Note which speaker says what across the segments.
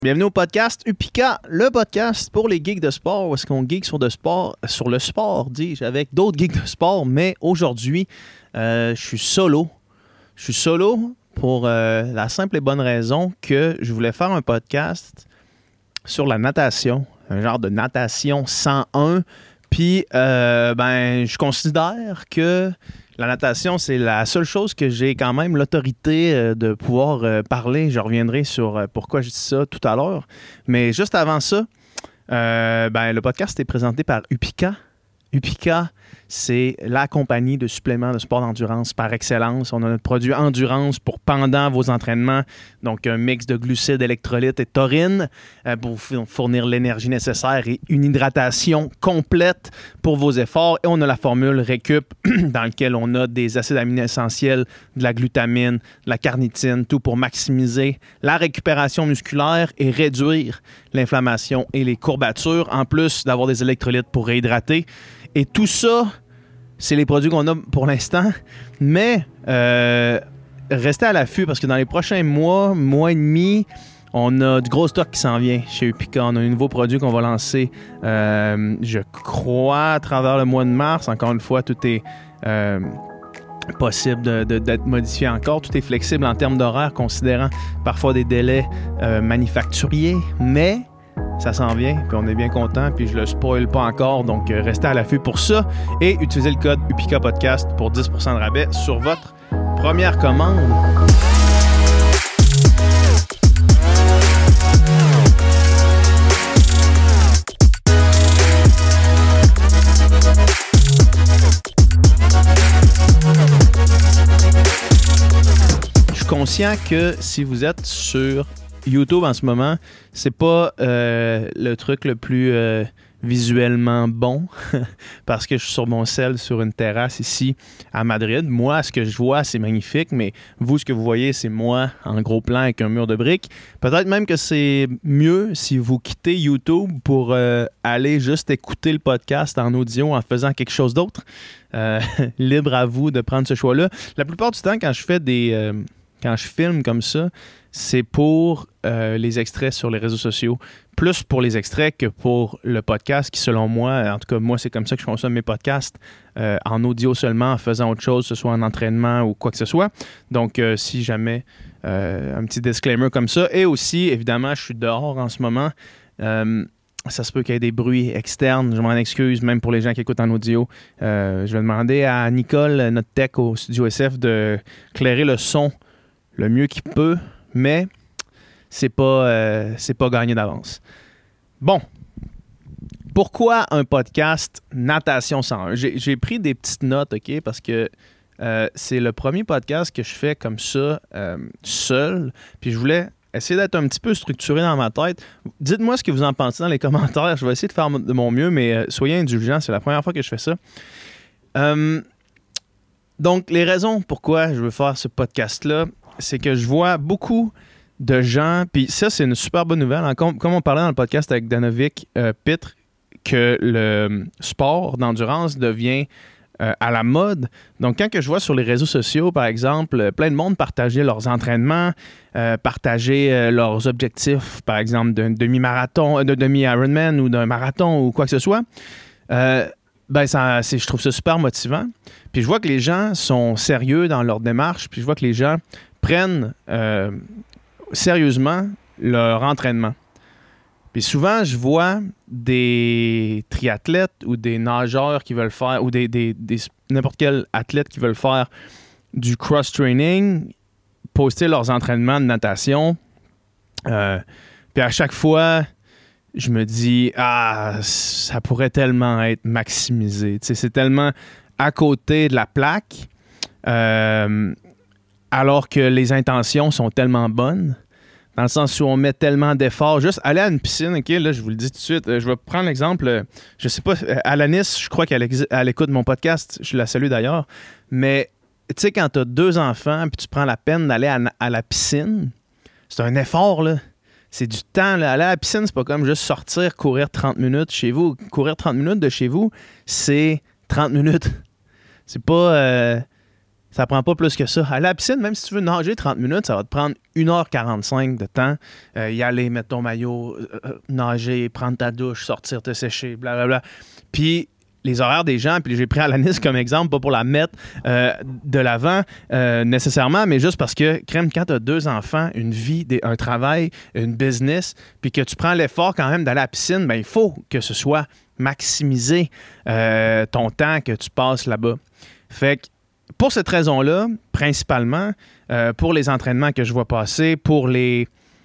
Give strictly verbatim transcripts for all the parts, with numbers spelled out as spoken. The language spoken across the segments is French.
Speaker 1: Bienvenue au podcast Upika, le podcast pour les geeks de sport, où est-ce qu'on geek sur, de sport, sur le sport, dis-je, avec d'autres geeks de sport. Mais aujourd'hui, euh, je suis solo. Je suis solo pour euh, la simple et bonne raison que je voulais faire un podcast sur la natation, un genre de natation cent un. Puis, euh, ben, je considère que la natation, c'est la seule chose que j'ai quand même l'autorité euh, de pouvoir euh, parler. Je reviendrai sur euh, pourquoi je dis ça tout à l'heure. Mais juste avant ça, euh, ben, le podcast est présenté par Upika. Upika, c'est la compagnie de suppléments de sport d'endurance par excellence. On a notre produit Endurance pour pendant vos entraînements. Donc, un mix de glucides, électrolytes et taurine euh, pour vous fournir l'énergie nécessaire et une hydratation complète pour vos efforts. Et on a la formule Récup dans laquelle on a des acides aminés essentiels, de la glutamine, de la carnitine, tout pour maximiser la récupération musculaire et réduire l'inflammation et les courbatures, en plus d'avoir des électrolytes pour réhydrater. Et tout ça, c'est les produits qu'on a pour l'instant. Mais euh, restez à l'affût parce que dans les prochains mois, mois et demi, on a du gros stock qui s'en vient chez Upika. On a un nouveau produit qu'on va lancer, euh, je crois, à travers le mois de mars. Encore une fois, tout est euh, possible de, de, d'être modifié encore. Tout est flexible en termes d'horaire, considérant parfois des délais euh, manufacturiers. Mais ça s'en vient, puis on est bien content, puis je le spoil pas encore, donc euh, restez à l'affût pour ça et utilisez le code Upika Podcast pour dix pour cent de rabais sur votre première commande. Je suis conscient que si vous êtes sur YouTube en ce moment, c'est pas euh, le truc le plus euh, visuellement bon parce que je suis sur mon cell sur une terrasse ici à Madrid. Moi, ce que je vois, c'est magnifique, mais vous, ce que vous voyez, c'est moi en gros plan avec un mur de briques. Peut-être même que c'est mieux si vous quittez YouTube pour euh, aller juste écouter le podcast en audio en faisant quelque chose d'autre. Euh, libre à vous de prendre ce choix-là. La plupart du temps, quand je fais des... Euh, quand je filme comme ça, c'est pour euh, les extraits sur les réseaux sociaux. Plus pour les extraits que pour le podcast qui, selon moi, en tout cas, moi, c'est comme ça que je consomme mes podcasts, euh, en audio seulement, en faisant autre chose, que ce soit en entraînement ou quoi que ce soit. Donc, euh, si jamais, euh, un petit disclaimer comme ça. Et aussi, évidemment, je suis dehors en ce moment. Euh, ça se peut qu'il y ait des bruits externes. Je m'en excuse, même pour les gens qui écoutent en audio. Euh, je vais demander à Nicole, notre tech au Studio S F, de clairer le son le mieux qu'il peut, mais c'est pas, euh, c'est pas gagné d'avance. Bon, pourquoi un podcast Natation cent un? J'ai, j'ai pris des petites notes, OK, parce que euh, c'est le premier podcast que je fais comme ça, euh, seul, puis je voulais essayer d'être un petit peu structuré dans ma tête. Dites-moi ce que vous en pensez dans les commentaires. Je vais essayer de faire de mon mieux, mais euh, soyez indulgents, c'est la première fois que je fais ça. Euh, donc, les raisons pourquoi je veux faire ce podcast-là, c'est que je vois beaucoup de gens, puis ça, c'est une super bonne nouvelle. Hein, comme, comme on parlait dans le podcast avec Danovic euh, Pitre, que le sport d'endurance devient euh, à la mode. Donc, quand que je vois sur les réseaux sociaux, par exemple, plein de monde partager leurs entraînements, euh, partager euh, leurs objectifs, par exemple, d'un demi-marathon, d'un demi-Ironman ou d'un marathon ou quoi que ce soit, euh, ben ça, c'est, je trouve ça super motivant. Puis je vois que les gens sont sérieux dans leur démarche, puis je vois que les gens prennent euh, sérieusement leur entraînement. Puis souvent, je vois des triathlètes ou des nageurs qui veulent faire, ou des, des, des n'importe quel athlète qui veulent faire du cross-training, poster leurs entraînements de natation. Euh, puis à chaque fois, je me dis, ah, ça pourrait tellement être maximisé. Tu sais, c'est tellement à côté de la plaque. Euh, alors que les intentions sont tellement bonnes, dans le sens où on met tellement d'efforts. Juste aller à une piscine, OK, là, je vous le dis tout de suite, je vais prendre l'exemple, je sais pas, Alanis, je crois qu'elle elle écoute mon podcast, je la salue d'ailleurs, mais tu sais, quand tu as deux enfants puis tu prends la peine d'aller à, à la piscine, c'est un effort, là. C'est du temps, là. Aller à la piscine, c'est pas comme juste sortir, courir trente minutes chez vous. Courir trente minutes de chez vous, c'est trente minutes. C'est pas... Euh, Ça prend pas plus que ça. À la piscine, même si tu veux nager trente minutes, ça va te prendre une heure quarante-cinq de temps. Euh, y aller, mettre ton maillot, euh, nager, prendre ta douche, sortir, te sécher, blablabla. Puis les horaires des gens, puis j'ai pris Alanis comme exemple, pas pour la mettre euh, de l'avant euh, nécessairement, mais juste parce que, crème, quand tu as deux enfants, une vie, des, un travail, une business, puis que tu prends l'effort quand même d'aller à la piscine, bien, il faut que ce soit maximisé euh, ton temps que tu passes là-bas. Fait que pour cette raison-là, principalement, euh, pour les entraînements que je vois passer, pour les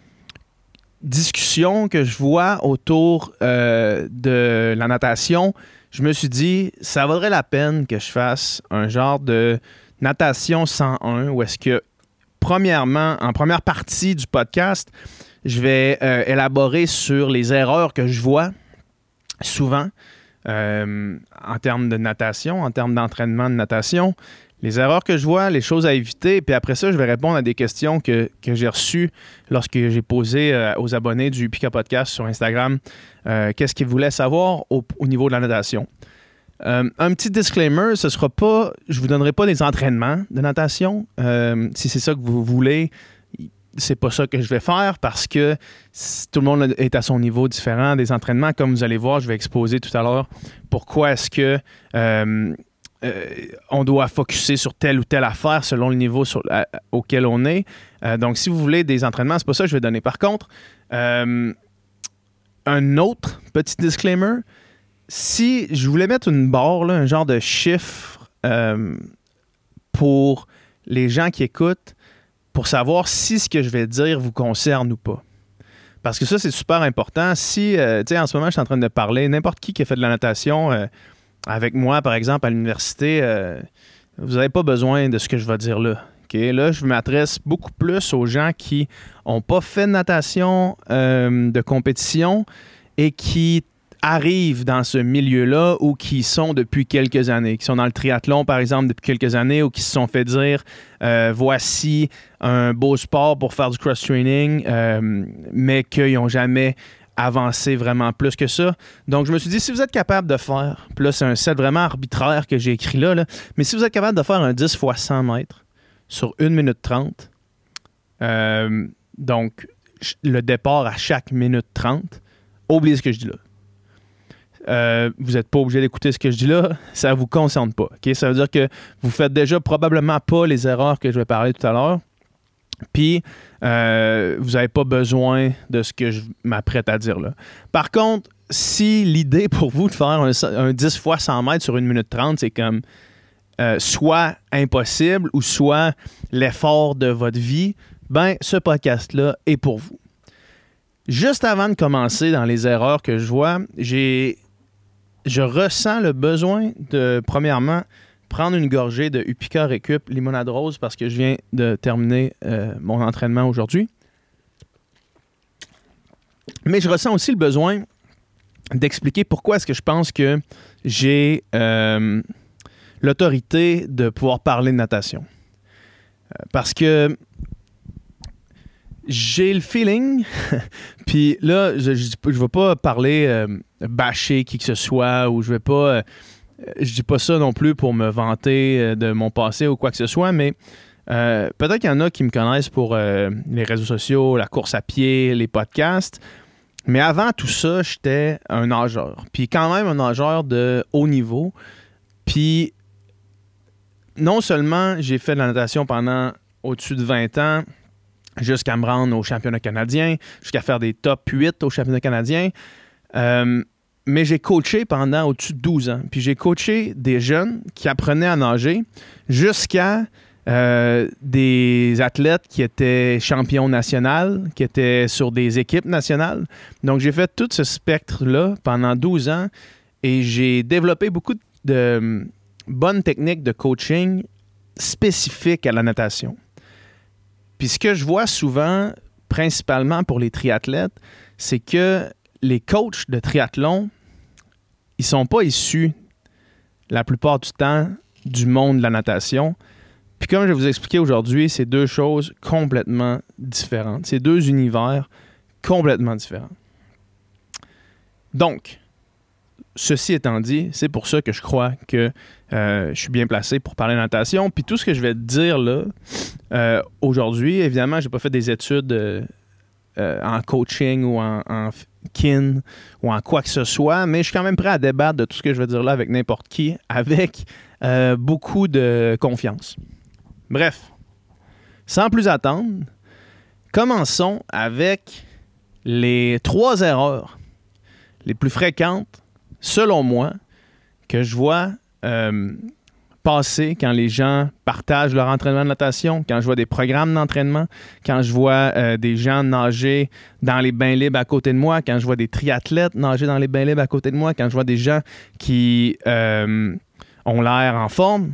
Speaker 1: discussions que je vois autour euh, de la natation, je me suis dit, ça vaudrait la peine que je fasse un genre de natation cent un où est-ce que, premièrement, en première partie du podcast, je vais euh, élaborer sur les erreurs que je vois souvent euh, en termes de natation, en termes d'entraînement de natation, les erreurs que je vois, les choses à éviter, puis après ça, je vais répondre à des questions que, que j'ai reçues lorsque j'ai posé euh, aux abonnés du Pika Podcast sur Instagram euh, qu'est-ce qu'ils voulaient savoir au, au niveau de la natation. Euh, un petit disclaimer, ce sera pas, je vous donnerai pas des entraînements de natation. Euh, si c'est ça que vous voulez, c'est pas ça que je vais faire parce que tout le monde est à son niveau différent des entraînements. Comme vous allez voir, je vais exposer tout à l'heure pourquoi est-ce que euh, euh, on doit focusser sur telle ou telle affaire selon le niveau sur, à, auquel on est. Euh, donc, si vous voulez des entraînements, c'est pas ça que je vais donner. Par contre, euh, un autre petit disclaimer, si je voulais mettre une barre, là, un genre de chiffre euh, pour les gens qui écoutent, pour savoir si ce que je vais dire vous concerne ou pas. Parce que ça, c'est super important. Si, euh, tu sais, en ce moment, je suis en train de parler, n'importe qui qui a fait de la natation euh, avec moi, par exemple, à l'université, euh, vous n'avez pas besoin de ce que je vais dire là. Okay? Là, je m'adresse beaucoup plus aux gens qui n'ont pas fait de natation euh, de compétition et qui arrivent dans ce milieu-là ou qui sont depuis quelques années, qui sont dans le triathlon, par exemple, depuis quelques années ou qui se sont fait dire euh, voici un beau sport pour faire du cross-training, euh, mais qu'ils n'ont jamais avancé vraiment plus que ça. Donc, je me suis dit, si vous êtes capable de faire, puis là, c'est un set vraiment arbitraire que j'ai écrit là, là, mais si vous êtes capable de faire un dix fois cent mètres sur une minute trente, euh, donc le départ à chaque minute trente, oubliez ce que je dis là. Euh, vous n'êtes pas obligé d'écouter ce que je dis là, ça ne vous concerne pas. Okay? Ça veut dire que vous ne faites déjà probablement pas les erreurs que je vais parler tout à l'heure. Puis, euh, vous n'avez pas besoin de ce que je m'apprête à dire là. Par contre, si l'idée pour vous de faire un, un dix fois cent mètres sur une minute trente, c'est comme euh, soit impossible ou soit l'effort de votre vie, ben ce podcast-là est pour vous. Juste avant de commencer dans les erreurs que je vois, j'ai... Je ressens le besoin de, premièrement, prendre une gorgée de Upika Récup limonade rose parce que je viens de terminer euh, mon entraînement aujourd'hui. Mais je ressens aussi le besoin d'expliquer pourquoi est-ce que je pense que j'ai euh, l'autorité de pouvoir parler de natation. Euh, parce que j'ai le feeling, puis là, je ne vais pas parler euh, bâcher qui que ce soit, ou je vais pas, euh, je dis pas ça non plus pour me vanter euh, de mon passé ou quoi que ce soit, mais euh, peut-être qu'il y en a qui me connaissent pour euh, les réseaux sociaux, la course à pied, les podcasts, mais avant tout ça, j'étais un nageur, puis quand même un nageur de haut niveau, puis non seulement j'ai fait de la natation pendant au-dessus de vingt ans, jusqu'à me rendre au championnat canadien, jusqu'à faire des top huit au championnat canadien. Euh, mais j'ai coaché pendant au-dessus de douze ans. Puis j'ai coaché des jeunes qui apprenaient à nager jusqu'à euh, des athlètes qui étaient champions nationaux, qui étaient sur des équipes nationales. Donc j'ai fait tout ce spectre-là pendant douze ans et j'ai développé beaucoup de, de bonnes techniques de coaching spécifiques à la natation. Puis ce que je vois souvent, principalement pour les triathlètes, c'est que les coachs de triathlon, ils sont pas issus, la plupart du temps, du monde de la natation. Puis comme je vais vous expliquer aujourd'hui, c'est deux choses complètement différentes. C'est deux univers complètement différents. Donc, ceci étant dit, c'est pour ça que je crois que euh, je suis bien placé pour parler de natation. Puis tout ce que je vais te dire là, euh, aujourd'hui, évidemment, j'ai pas fait des études euh, euh, en coaching ou en, en kin ou en quoi que ce soit, mais je suis quand même prêt à débattre de tout ce que je vais dire là avec n'importe qui, avec euh, beaucoup de confiance. Bref, sans plus attendre, commençons avec les trois erreurs les plus fréquentes, selon moi, que je vois euh, passer quand les gens partagent leur entraînement de natation, quand je vois des programmes d'entraînement, quand je vois euh, des gens nager dans les bains libres à côté de moi, quand je vois des triathlètes nager dans les bains libres à côté de moi, quand je vois des gens qui euh, ont l'air en forme,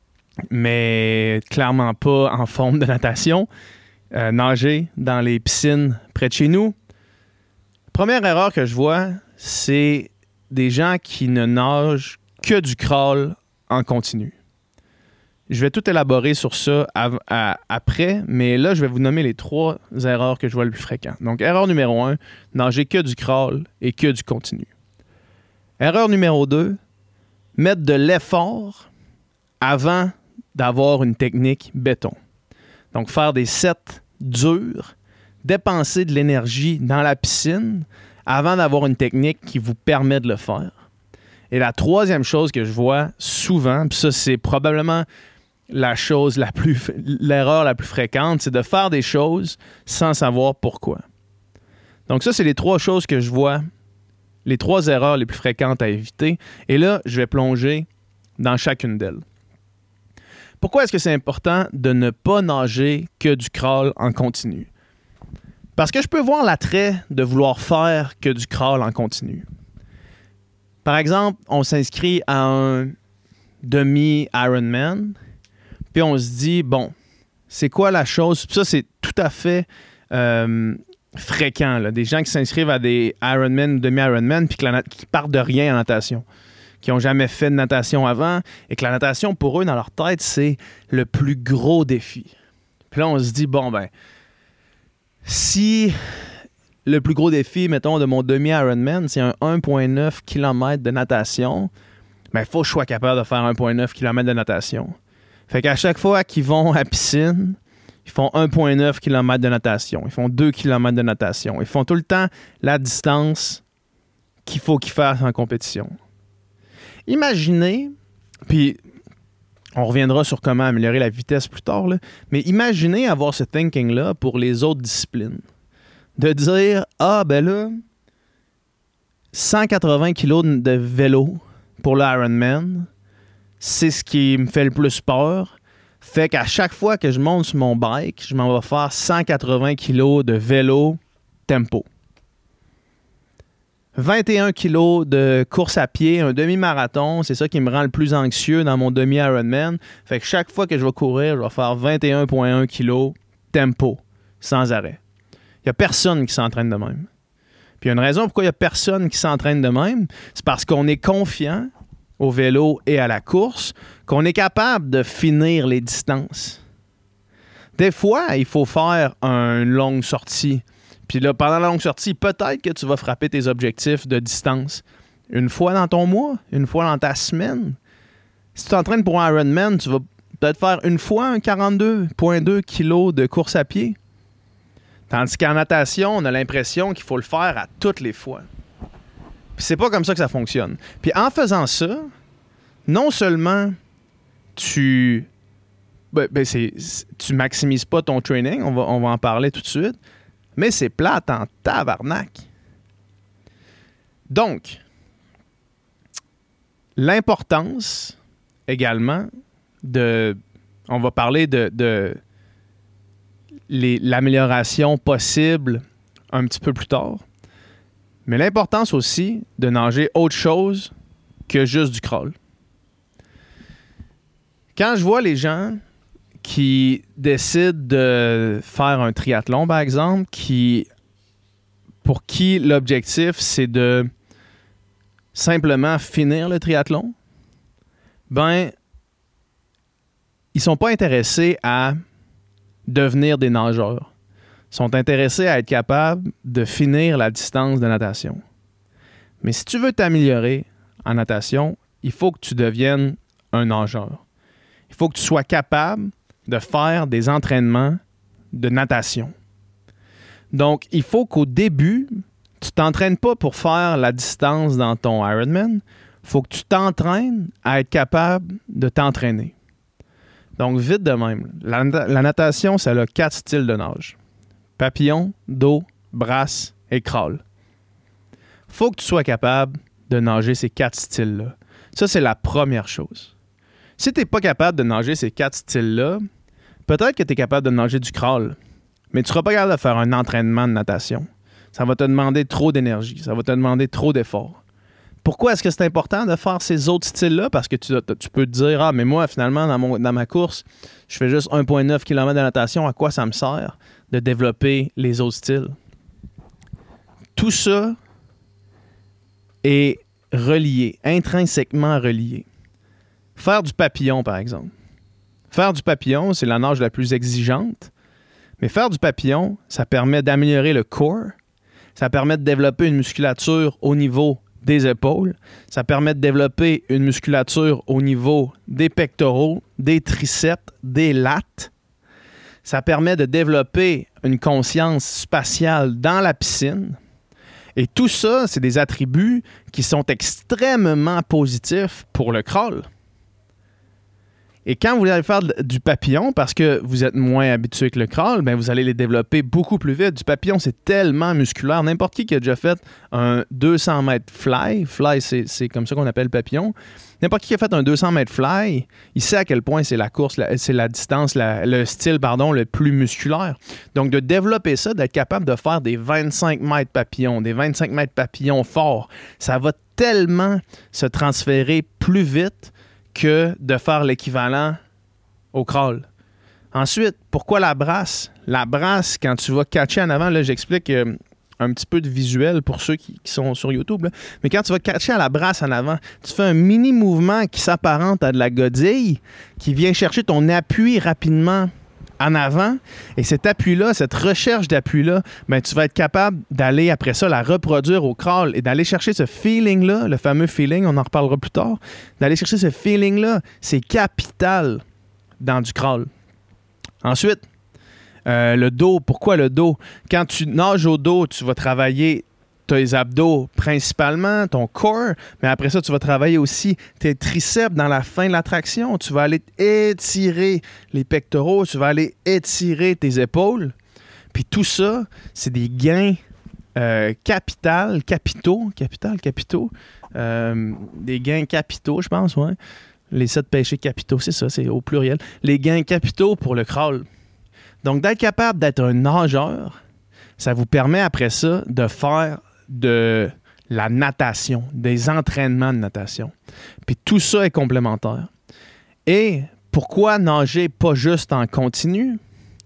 Speaker 1: mais clairement pas en forme de natation, euh, nager dans les piscines près de chez nous. Première erreur que je vois, c'est des gens qui ne nagent que du crawl en continu. Je vais tout élaborer sur ça à, à, après, mais là, je vais vous nommer les trois erreurs que je vois le plus fréquent. Donc, erreur numéro un, nager que du crawl et que du continu. Erreur numéro deux, mettre de l'effort avant d'avoir une technique béton. Donc, faire des sets durs, dépenser de l'énergie dans la piscine avant d'avoir une technique qui vous permet de le faire. Et la troisième chose que je vois souvent, puis ça, c'est probablement la chose la plus, l'erreur la plus fréquente, c'est de faire des choses sans savoir pourquoi. Donc ça, c'est les trois choses que je vois, les trois erreurs les plus fréquentes à éviter. Et là, je vais plonger dans chacune d'elles. Pourquoi est-ce que c'est important de ne pas nager que du crawl en continu? Parce que je peux voir l'attrait de vouloir faire que du crawl en continu. Par exemple, on s'inscrit à un demi-Ironman, puis on se dit, bon, c'est quoi la chose? Puis ça, c'est tout à fait euh, fréquent, là. Des gens qui s'inscrivent à des Ironman, demi-Ironman, puis qui partent de rien en natation, qui n'ont jamais fait de natation avant, et que la natation, pour eux, dans leur tête, c'est le plus gros défi. Puis là, on se dit, bon, ben, si le plus gros défi, mettons, de mon demi-Ironman, c'est un un virgule neuf kilomètres de natation, bien, il faut que je sois capable de faire un virgule neuf kilomètres de natation. Fait qu'à chaque fois qu'ils vont à la piscine, ils font un virgule neuf kilomètres de natation. Ils font deux kilomètres de natation. Ils font tout le temps la distance qu'il faut qu'ils fassent en compétition. Imaginez, puis on reviendra sur comment améliorer la vitesse plus tard, là, mais imaginez avoir ce thinking-là pour les autres disciplines. De dire, ah, ben là, cent quatre-vingts kilos de vélo pour le Ironman, c'est ce qui me fait le plus peur. Fait qu'à chaque fois que je monte sur mon bike, je m'en vais faire cent quatre-vingts kilos de vélo tempo. vingt et un kilos de course à pied, un demi-marathon, c'est ça qui me rend le plus anxieux dans mon demi-Ironman. Fait que chaque fois que je vais courir, je vais faire vingt et un virgule un kilos tempo, sans arrêt. Il n'y a personne qui s'entraîne de même. Puis il y a une raison pourquoi il n'y a personne qui s'entraîne de même. C'est parce qu'on est confiant au vélo et à la course, qu'on est capable de finir les distances. Des fois, il faut faire une longue sortie. Puis là, pendant la longue sortie, peut-être que tu vas frapper tes objectifs de distance une fois dans ton mois, une fois dans ta semaine. Si tu t'entraînes pour un Ironman, tu vas peut-être faire une fois un quarante-deux virgule deux kilos de course à pied. Tandis qu'en natation, on a l'impression qu'il faut le faire à toutes les fois. Puis c'est pas comme ça que ça fonctionne. Puis en faisant ça, non seulement tu ben, ben c'est, c'est, tu maximises pas ton training, on va, on va en parler tout de suite, mais c'est plate en tabarnak. Donc, l'importance également de... On va parler de... de Les, l'amélioration possible un petit peu plus tard. Mais l'importance aussi de nager autre chose que juste du crawl. Quand je vois les gens qui décident de faire un triathlon, par exemple, qui, pour qui l'objectif, c'est de simplement finir le triathlon, ben, ils sont pas intéressés à devenir des nageurs. Ils sont intéressés à être capables de finir la distance de natation. Mais si tu veux t'améliorer en natation, il faut que tu deviennes un nageur. Il faut que tu sois capable de faire des entraînements de natation. Donc, il faut qu'au début, tu ne t'entraînes pas pour faire la distance dans ton Ironman. Il faut que tu t'entraînes à être capable de t'entraîner. Donc, vite de même. La, la natation, ça a quatre styles de nage. Papillon, dos, brasse et crawl. Il faut que tu sois capable de nager ces quatre styles-là. Ça, c'est la première chose. Si tu n'es pas capable de nager ces quatre styles-là, peut-être que tu es capable de nager du crawl, mais tu ne seras pas capable de faire un entraînement de natation. Ça va te demander trop d'énergie, ça va te demander trop d'efforts. Pourquoi est-ce que c'est important de faire ces autres styles-là? Parce que tu, tu peux te dire, ah, mais moi, finalement, dans, mon, dans ma course, je fais juste un virgule neuf kilomètres de natation. À quoi ça me sert de développer les autres styles? Tout ça est relié, intrinsèquement relié. Faire du papillon, par exemple. Faire du papillon, c'est la nage la plus exigeante. Mais faire du papillon, ça permet d'améliorer le core. Ça permet de développer une musculature au niveau des épaules. Ça permet de développer une musculature au niveau des pectoraux, des triceps, des lats. Ça permet de développer une conscience spatiale dans la piscine. Et tout ça, c'est des attributs qui sont extrêmement positifs pour le crawl. Et quand vous allez faire du papillon, parce que vous êtes moins habitué que le crawl, bien, vous allez les développer beaucoup plus vite. Du papillon, c'est tellement musculaire. N'importe qui qui a déjà fait un deux cents mètres fly, fly, c'est, c'est comme ça qu'on appelle le papillon. N'importe qui qui a fait un deux cents mètres fly, il sait à quel point c'est la course, la, c'est la distance, la, le style, pardon, le plus musculaire. Donc, de développer ça, d'être capable de faire des vingt-cinq mètres papillons, des vingt-cinq mètres papillons forts, ça va tellement se transférer plus vite que de faire l'équivalent au crawl. Ensuite, pourquoi la brasse? La brasse, quand tu vas catcher en avant, là, j'explique euh, un petit peu de visuel pour ceux qui, qui sont sur YouTube, là. Mais quand tu vas catcher à la brasse en avant, tu fais un mini mouvement qui s'apparente à de la godille, qui vient chercher ton appui rapidement en avant. Et cet appui-là, cette recherche d'appui-là, ben, tu vas être capable d'aller après ça la reproduire au crawl et d'aller chercher ce feeling-là, le fameux feeling, on en reparlera plus tard, d'aller chercher ce feeling-là, c'est capital dans du crawl. Ensuite, euh, le dos. Pourquoi le dos? Quand tu nages au dos, tu vas travailler tes abdos principalement, ton core, mais après ça, tu vas travailler aussi tes triceps dans la fin de la traction. Tu vas aller étirer les pectoraux, tu vas aller étirer tes épaules. Puis tout ça, c'est des gains euh, capital, capitaux, capital, capitaux, euh, des gains capitaux, je pense, ouais. Les sept péchés capitaux, c'est ça, c'est au pluriel. Les gains capitaux pour le crawl. Donc, d'être capable d'être un nageur, ça vous permet après ça de faire de la natation, des entraînements de natation. Puis tout ça est complémentaire. Et pourquoi nager pas juste en continu?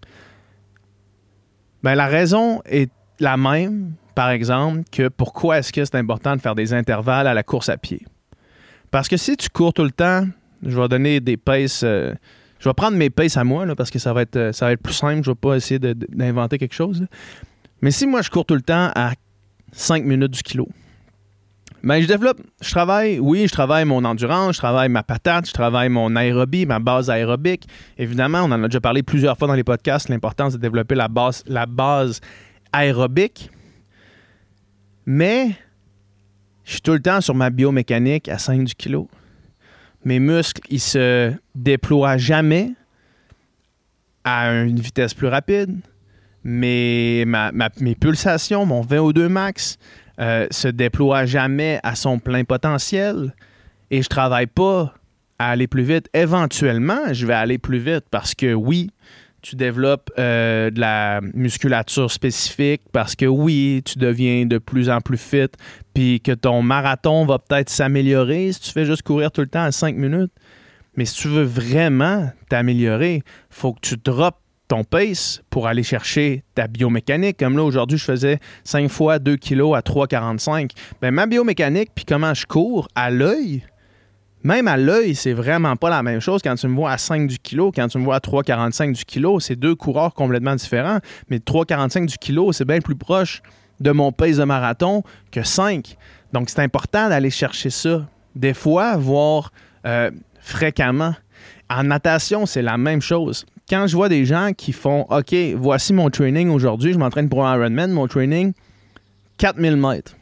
Speaker 1: Bien, la raison est la même, par exemple, que pourquoi est-ce que c'est important de faire des intervalles à la course à pied. Parce que si tu cours tout le temps, je vais donner des paces... Euh, je vais prendre mes paces à moi, là, parce que ça va être, ça va être plus simple. Je ne vais pas essayer de, d'inventer quelque chose. Là. Mais si moi, je cours tout le temps à cinq minutes du kilo, bien, je développe, je travaille, oui, je travaille mon endurance, je travaille ma patate, je travaille mon aérobie, ma base aérobique. Évidemment, on en a déjà parlé plusieurs fois dans les podcasts, l'importance de développer la base, la base aérobique. Mais je suis tout le temps sur ma biomécanique à cinq du kilo. Mes muscles, ils se déploient jamais à une vitesse plus rapide. Mes, ma, ma, mes pulsations, mon V O deux max, euh, se déploient jamais à son plein potentiel. Et je travaille pas à aller plus vite. Éventuellement, je vais aller plus vite parce que oui, tu développes euh, de la musculature spécifique, parce que oui, tu deviens de plus en plus fit, puis que ton marathon va peut-être s'améliorer si tu fais juste courir tout le temps à cinq minutes. Mais si tu veux vraiment t'améliorer, il faut que tu droppes ton pace pour aller chercher ta biomécanique. Comme là, aujourd'hui, je faisais cinq fois deux kilos à trois virgule quarante-cinq. Bien, ma biomécanique, puis comment je cours à l'œil, même à l'œil, c'est vraiment pas la même chose quand tu me vois à cinq du kilo, quand tu me vois à trois virgule quarante-cinq du kilo. C'est deux coureurs complètement différents. Mais trois virgule quarante-cinq du kilo, c'est bien plus proche de mon pace de marathon que cinq. Donc, c'est important d'aller chercher ça Des fois, voire euh, fréquemment. En natation, c'est la même chose. Quand je vois des gens qui font « OK, voici mon training aujourd'hui, je m'entraîne pour un Ironman, mon training, quatre mille mètres.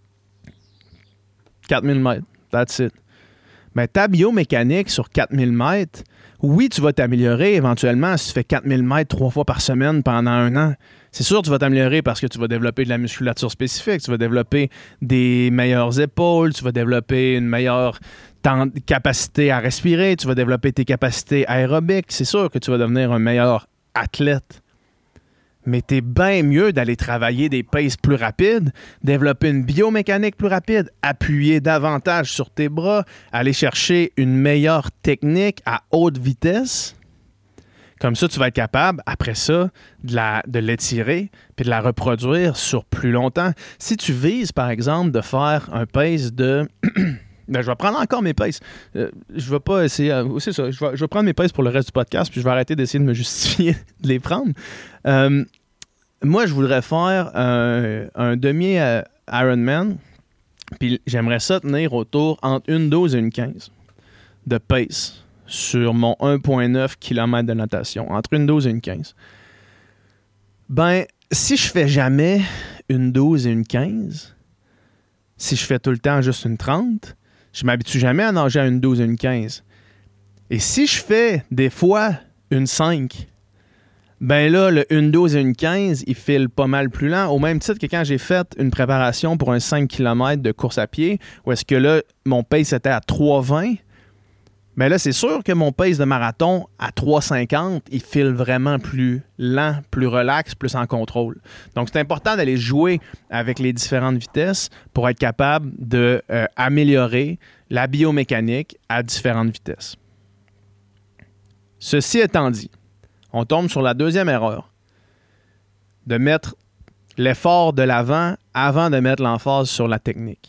Speaker 1: quatre mille mètres, that's it. » Mais ta biomécanique sur quatre mille mètres, oui, tu vas t'améliorer éventuellement si tu fais quatre mille mètres trois fois par semaine pendant un an. C'est sûr que tu vas t'améliorer parce que tu vas développer de la musculature spécifique, tu vas développer des meilleures épaules, tu vas développer une meilleure ten- capacité à respirer, tu vas développer tes capacités aérobiques. C'est sûr que tu vas devenir un meilleur athlète. Mais t'es bien mieux d'aller travailler des paces plus rapides, développer une biomécanique plus rapide, appuyer davantage sur tes bras, aller chercher une meilleure technique à haute vitesse. Comme ça, tu vas être capable, après ça, de, la, de l'étirer puis de la reproduire sur plus longtemps. Si tu vises, par exemple, de faire un pace de... ben, je vais prendre encore mes paces. Euh, je vais pas essayer... Euh, c'est ça, je vais, je vais prendre mes paces pour le reste du podcast puis je vais arrêter d'essayer de me justifier de les prendre. Euh, moi, je voudrais faire un, un demi-Ironman puis j'aimerais ça tenir autour entre une douze et une quinze de pace sur mon un virgule neuf kilomètres de natation, entre une douze et une quinze. Ben, si je fais jamais une douze et une quinze, si je fais tout le temps juste une trente, je m'habitue jamais à nager à une douze et une quinze. Et si je fais des fois une cinq, ben là, le une douze et une quinze, il file pas mal plus lent. Au même titre que quand j'ai fait une préparation pour un cinq kilomètres de course à pied, où est-ce que là, mon pace était à trois vingt, mais là, c'est sûr que mon pace de marathon à trois cinquante, il file vraiment plus lent, plus relax, plus en contrôle. Donc, c'est important d'aller jouer avec les différentes vitesses pour être capable d'améliorer euh, la biomécanique à différentes vitesses. Ceci étant dit, on tombe sur la deuxième erreur, de mettre l'effort de l'avant avant de mettre l'emphase sur la technique.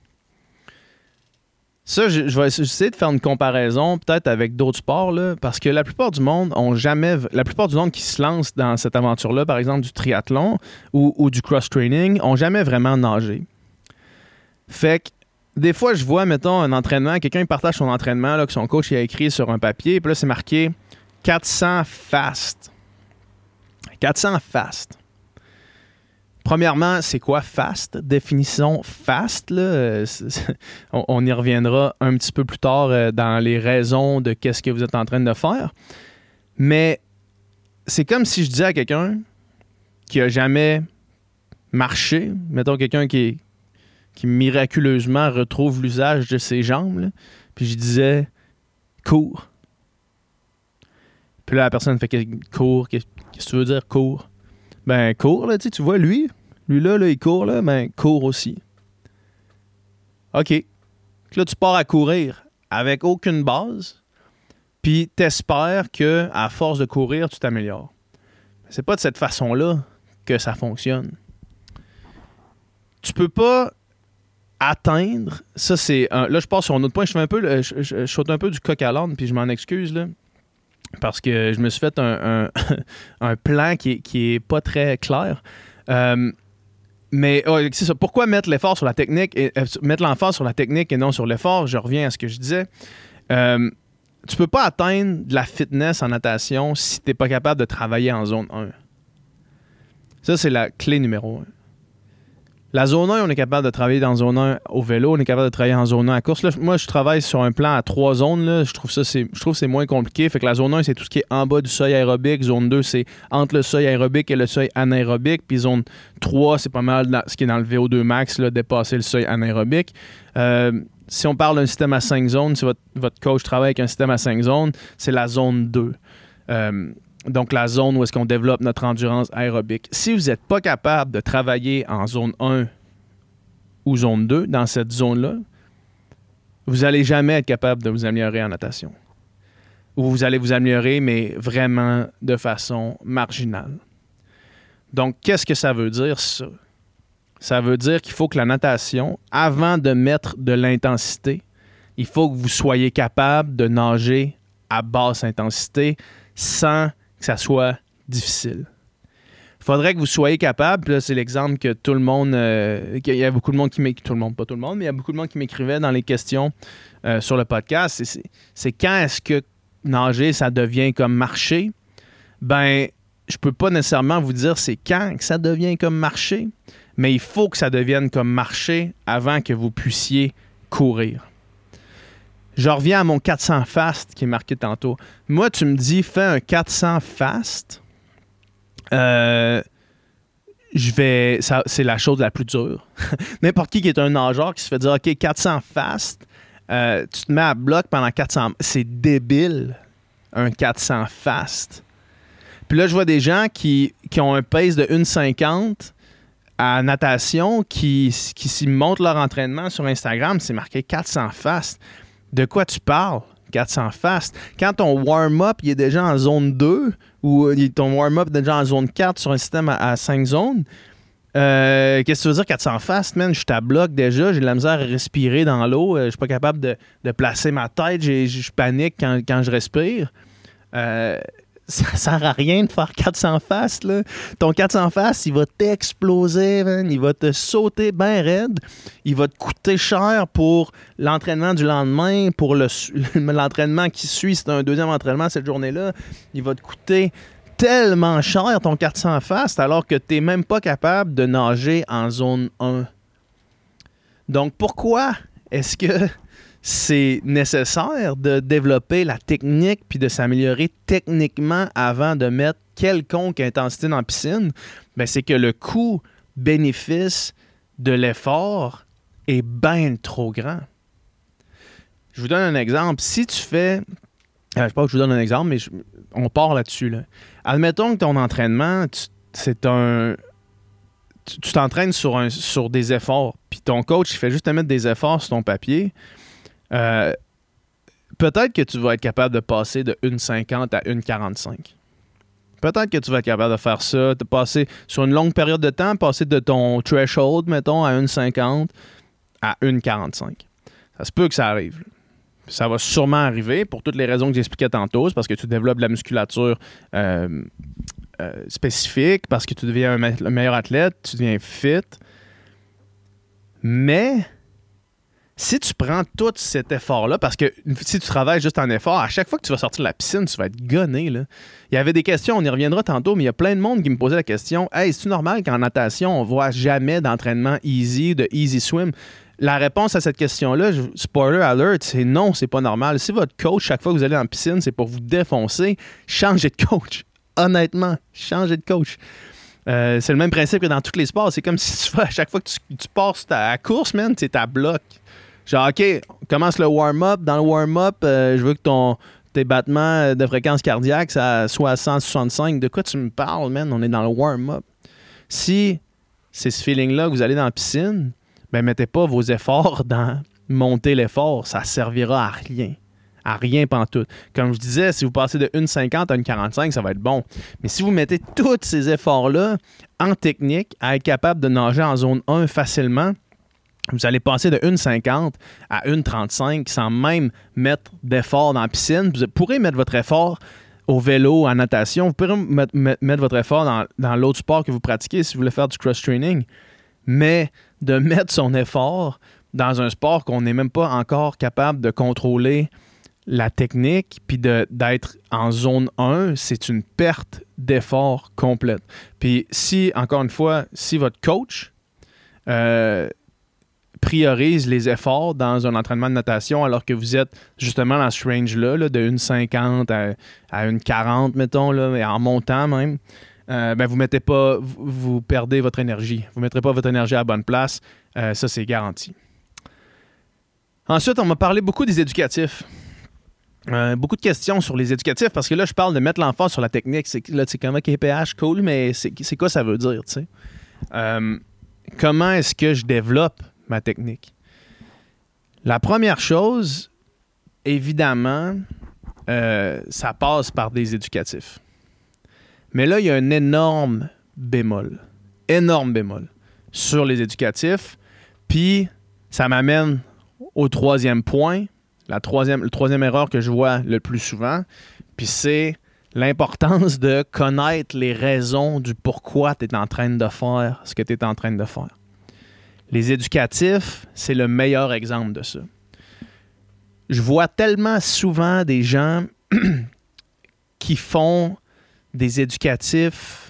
Speaker 1: Ça, je, je vais essayer de faire une comparaison peut-être avec d'autres sports, là, parce que la plupart du monde ont jamais... La plupart du monde qui se lance dans cette aventure-là, par exemple du triathlon ou, ou du cross-training, ont jamais vraiment nagé. Fait que des fois, je vois, mettons, un entraînement, quelqu'un partage son entraînement, là, que son coach il a écrit sur un papier, puis là, c'est marqué quatre cents fast. quatre cents fast. Premièrement, c'est quoi fast? Définissons fast. Là, on, on y reviendra un petit peu plus tard euh, dans les raisons de qu'est-ce que vous êtes en train de faire. Mais c'est comme si je disais à quelqu'un qui n'a jamais marché, mettons quelqu'un qui, qui miraculeusement retrouve l'usage de ses jambes, là, puis je disais « cours ». Puis là, la personne fait « cours », qu'est-ce que tu veux dire « cours » ? Ben, cours, là, tu sais, tu vois, lui, lui là, là, il court, là, ben, cours aussi. OK. Là, tu pars à courir avec aucune base, puis t'espères qu'à force de courir, tu t'améliores. C'est pas de cette façon-là que ça fonctionne. Tu peux pas atteindre, ça c'est, un, là, je pars sur un autre point, je fais un peu, je, je, je saute un peu du coq à l'âne, puis je m'en excuse, là. Parce que je me suis fait un, un, un plan qui est, qui est pas très clair. Euh, mais oh, c'est ça. Pourquoi mettre l'effort sur la technique et euh, mettre l'emphase sur la technique et non sur l'effort? Je reviens à ce que je disais. Euh, tu peux pas atteindre de la fitness en natation si tu n'es pas capable de travailler en zone un. Ça, c'est la clé numéro un. La zone un, on est capable de travailler dans zone un au vélo, on est capable de travailler en zone un à course. Là, moi, je travaille sur un plan à trois zones. Là. Je trouve ça, c'est, je trouve que c'est moins compliqué. Fait que la zone un, c'est tout ce qui est en bas du seuil aérobique. Zone deux, c'est entre le seuil aérobique et le seuil anaérobique. Puis zone trois, c'est pas mal dans, ce qui est dans le V O deux max, là, dépasser le seuil anaérobique. Euh, si on parle d'un système à cinq zones, si votre, votre coach travaille avec un système à cinq zones, c'est la zone deux. Euh, Donc, la zone où est-ce qu'on développe notre endurance aérobique. Si vous n'êtes pas capable de travailler en zone un ou zone deux, dans cette zone-là, vous n'allez jamais être capable de vous améliorer en natation. Ou vous allez vous améliorer, mais vraiment de façon marginale. Donc, qu'est-ce que ça veut dire, ça? Ça veut dire qu'il faut que la natation, avant de mettre de l'intensité, il faut que vous soyez capable de nager à basse intensité sans que ça soit difficile. Il faudrait que vous soyez capable, puis là, c'est l'exemple que tout le monde, euh, qu'il y a beaucoup de monde qui m'écrivait, tout le monde, pas tout le monde, mais il y a beaucoup de monde qui m'écrivait dans les questions euh, sur le podcast. C'est, c'est, c'est quand est-ce que nager, ça devient comme marcher? Ben, je peux pas nécessairement vous dire c'est quand que ça devient comme marcher, mais il faut que ça devienne comme marcher avant que vous puissiez courir. Je reviens à mon quatre cents fast qui est marqué tantôt. Moi, tu me dis, fais un quatre cents fast. Euh, je vais, ça, c'est la chose la plus dure. N'importe qui qui est un nageur qui se fait dire, OK, quatre cents fast, euh, tu te mets à bloc pendant quatre cents. C'est débile, un quatre cents fast. Puis là, je vois des gens qui, qui ont un pace de une cinquante à natation, qui, qui s'y montrent leur entraînement sur Instagram, c'est marqué quatre cents fast. De quoi tu parles? quatre cents fast. Quand ton warm-up il est déjà en zone deux ou ton warm-up est déjà en zone quatre sur un système à, à cinq zones, euh, qu'est-ce que tu veux dire quatre cents fast, man? Je suis à bloc déjà, j'ai de la misère à respirer dans l'eau, euh, je suis pas capable de, de placer ma tête, j'ai, je panique quand, quand je respire. Euh, ça sert à rien de faire quatre cents fast, là. Ton quatre cents fast, il va t'exploser, man. Il va te sauter bien raide. Il va te coûter cher pour l'entraînement du lendemain, pour le, l'entraînement qui suit. C'est un deuxième entraînement cette journée-là. Il va te coûter tellement cher, ton quatre cents fast, alors que tu n'es même pas capable de nager en zone un. Donc, pourquoi est-ce que c'est nécessaire de développer la technique puis de s'améliorer techniquement avant de mettre quelconque intensité dans la piscine? Bien, c'est que le coût-bénéfice de l'effort est bien trop grand. Je vous donne un exemple. Si tu fais... Euh, je ne sais pas que je vous donne un exemple, mais je, on part là-dessus. Là. Admettons que ton entraînement, tu, c'est un... Tu, tu t'entraînes sur, un, sur des efforts, puis ton coach, il fait juste te mettre des efforts sur ton papier. Euh, peut-être que tu vas être capable de passer de une cinquante à une quarante-cinq. Peut-être que tu vas être capable de faire ça, de passer sur une longue période de temps, passer de ton threshold, mettons, à une cinquante à une quarante-cinq. Ça se peut que ça arrive. Là. Ça va sûrement arriver pour toutes les raisons que j'expliquais tantôt. C'est parce que tu développes de la musculature euh, euh, spécifique, parce que tu deviens un me- meilleur athlète, tu deviens fit. Mais si tu prends tout cet effort-là, parce que si tu travailles juste en effort, à chaque fois que tu vas sortir de la piscine, tu vas être gonné, là. Il y avait des questions, on y reviendra tantôt, mais il y a plein de monde qui me posait la question « Hey, c'est-tu normal qu'en natation, on voit jamais d'entraînement easy, de easy swim? » La réponse à cette question-là, spoiler alert, c'est non, c'est pas normal. Si votre coach, chaque fois que vous allez en piscine, c'est pour vous défoncer, changez de coach. Honnêtement, changez de coach. Euh, c'est le même principe que dans tous les sports. C'est comme si tu vas, à chaque fois que tu, tu pars sur ta course, man, c'est ta bloc. Genre, OK, commence le warm-up. Dans le warm-up, euh, je veux que ton, tes battements de fréquence cardiaque ça soit à cent soixante-cinq. De quoi tu me parles, man? On est dans le warm-up. Si c'est ce feeling-là que vous allez dans la piscine, ben mettez pas vos efforts dans monter l'effort. Ça servira à rien. À rien pantoute. Comme je disais, si vous passez de une cinquante à une quarante-cinq, ça va être bon. Mais si vous mettez tous ces efforts-là en technique, à être capable de nager en zone un facilement, vous allez passer de une cinquante à une trente-cinq sans même mettre d'effort dans la piscine. Vous pourrez mettre votre effort au vélo, en natation. Vous pourrez mettre, mettre votre effort dans, dans l'autre sport que vous pratiquez si vous voulez faire du cross-training. Mais de mettre son effort dans un sport qu'on n'est même pas encore capable de contrôler la technique puis de, d'être en zone un, c'est une perte d'effort complète. Puis si, encore une fois, si votre coach euh, priorise les efforts dans un entraînement de natation alors que vous êtes justement dans ce range-là, là, de une cinquante à, à une quarante, mettons, là, et en montant même, euh, ben vous mettez pas, vous, vous perdez votre énergie. Vous ne mettrez pas votre énergie à la bonne place. Euh, ça, c'est garanti. Ensuite, on m'a parlé beaucoup des éducatifs. Euh, beaucoup de questions sur les éducatifs parce que là, je parle de mettre l'emphase sur la technique. C'est, là, c'est comme un K P H, cool, mais c'est, c'est quoi ça veut dire, tu sais? Euh, comment est-ce que je développe ma technique? La première chose, évidemment, euh, ça passe par des éducatifs. Mais là, il y a un énorme bémol. Énorme bémol sur les éducatifs. Puis, ça m'amène au troisième point. La troisième, la troisième erreur que je vois le plus souvent, puis c'est l'importance de connaître les raisons du pourquoi tu es en train de faire ce que tu es en train de faire. Les éducatifs, c'est le meilleur exemple de ça. Je vois tellement souvent des gens qui font des éducatifs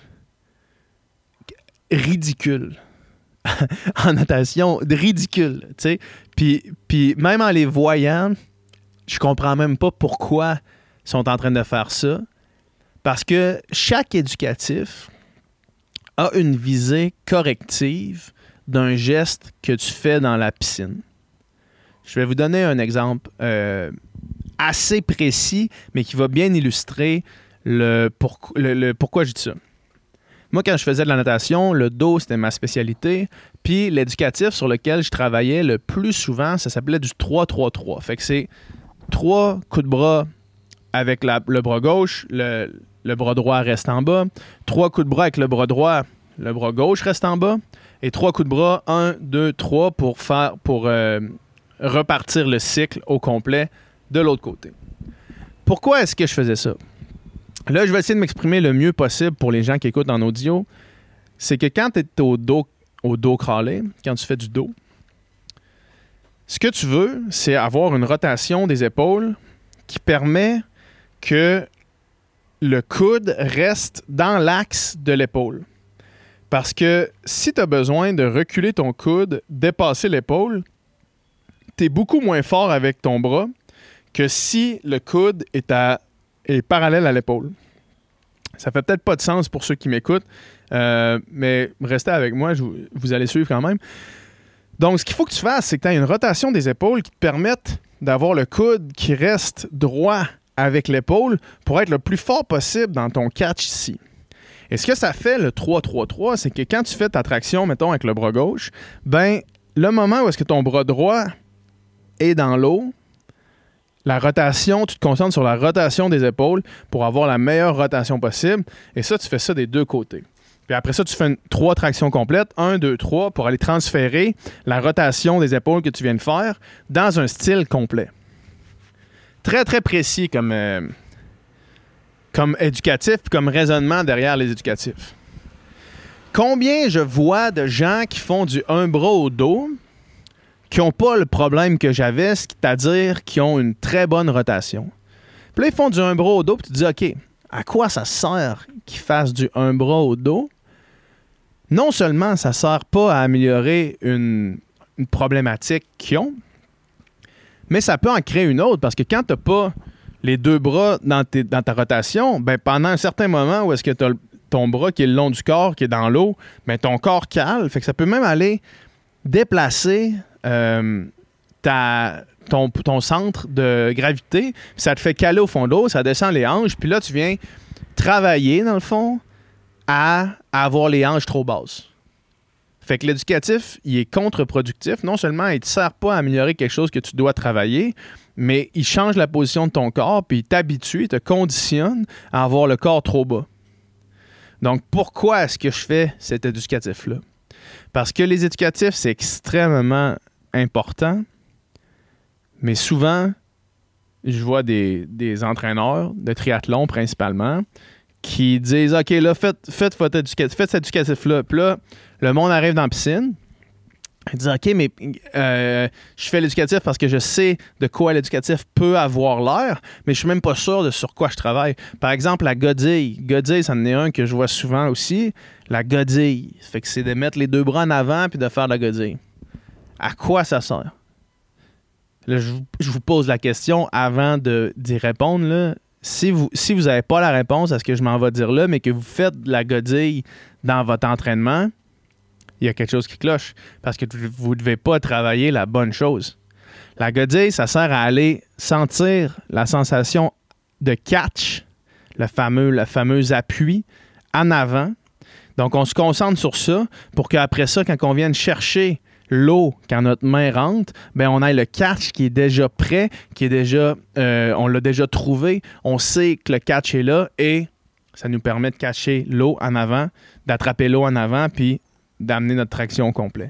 Speaker 1: ridicules. En natation, ridicules, tu sais. Puis, puis même en les voyant, je comprends même pas pourquoi ils sont en train de faire ça. Parce que chaque éducatif a une visée corrective d'un geste que tu fais dans la piscine. Je vais vous donner un exemple euh, assez précis, mais qui va bien illustrer le, pour, le, le pourquoi je dis ça. Moi, quand je faisais de la natation, le dos, c'était ma spécialité. Puis l'éducatif sur lequel je travaillais le plus souvent, ça s'appelait du trois trois trois. Fait que c'est trois coups de bras avec la, le bras gauche, le, le bras droit reste en bas. Trois coups de bras avec le bras droit, le bras gauche reste en bas. Et trois coups de bras, un, deux, trois, pour faire pour euh, repartir le cycle au complet de l'autre côté. Pourquoi est-ce que je faisais ça? Là, je vais essayer de m'exprimer le mieux possible pour les gens qui écoutent en audio. C'est que quand tu es au dos, au dos crawlé, quand tu fais du dos, ce que tu veux, c'est avoir une rotation des épaules qui permet que le coude reste dans l'axe de l'épaule. Parce que si tu as besoin de reculer ton coude, dépasser l'épaule, tu es beaucoup moins fort avec ton bras que si le coude est à est parallèle à l'épaule. Ça fait peut-être pas de sens pour ceux qui m'écoutent, euh, mais restez avec moi, je, vous allez suivre quand même. Donc, ce qu'il faut que tu fasses, c'est que tu as une rotation des épaules qui te permette d'avoir le coude qui reste droit avec l'épaule pour être le plus fort possible dans ton catch ici. Et ce que ça fait, le trois trois trois, c'est que quand tu fais ta traction, mettons, avec le bras gauche, ben le moment où est-ce que ton bras droit est dans l'eau, la rotation, tu te concentres sur la rotation des épaules pour avoir la meilleure rotation possible. Et ça, tu fais ça des deux côtés. Puis après ça, tu fais une, trois tractions complètes, un, deux, trois, pour aller transférer la rotation des épaules que tu viens de faire dans un style complet. Très, très précis comme, euh, comme éducatif, comme raisonnement derrière les éducatifs. Combien je vois de gens qui font du un bras au dos qui n'ont pas le problème que j'avais, c'est-à-dire qui ont une très bonne rotation. Puis là, ils font du un bras au dos, puis tu te dis, OK, à quoi ça sert qu'ils fassent du un bras au dos? Non seulement ça ne sert pas à améliorer une, une problématique qu'ils ont, mais ça peut en créer une autre, parce que quand tu n'as pas les deux bras dans, tes, dans ta rotation, ben pendant un certain moment où est-ce que tu as ton bras qui est le long du corps, qui est dans l'eau, ben ton corps cale, fait que ça peut même aller déplacer Euh, ta, ton, ton centre de gravité, ça te fait caler au fond de l'eau, ça descend les hanches, puis là, tu viens travailler, dans le fond, à, à avoir les hanches trop basses. Fait que l'éducatif, il est contre-productif. Non seulement il ne te sert pas à améliorer quelque chose que tu dois travailler, mais il change la position de ton corps, puis il t'habitue, il te conditionne à avoir le corps trop bas. Donc, pourquoi est-ce que je fais cet éducatif-là? Parce que les éducatifs, c'est extrêmement important, mais souvent, je vois des, des entraîneurs de triathlon principalement qui disent « OK, là, faites, faites, votre éducatif, faites cet éducatif-là. » Puis là, le monde arrive dans la piscine. Ils disent « OK, mais euh, je fais l'éducatif parce que je sais de quoi l'éducatif peut avoir l'air, mais je suis même pas sûr de sur quoi je travaille. » Par exemple, la godille. Godille, c'en est un que je vois souvent aussi. La godille. Fait que c'est de mettre les deux bras en avant puis de faire de la godille. À quoi ça sert? Là, je, vous, je vous pose la question avant de, d'y répondre. Là. Si vous si vous n'avez pas la réponse à ce que je m'en vais dire là, mais que vous faites de la godille dans votre entraînement, il y a quelque chose qui cloche. Parce que vous ne devez pas travailler la bonne chose. La godille, ça sert à aller sentir la sensation de catch, le fameux, le fameux appui en avant. Donc, on se concentre sur ça pour qu'après ça, quand on vienne chercher l'eau, quand notre main rentre, ben on a le catch qui est déjà prêt, qui est déjà, euh, on l'a déjà trouvé. On sait que le catch est là et ça nous permet de catcher l'eau en avant, d'attraper l'eau en avant, puis d'amener notre traction au complet.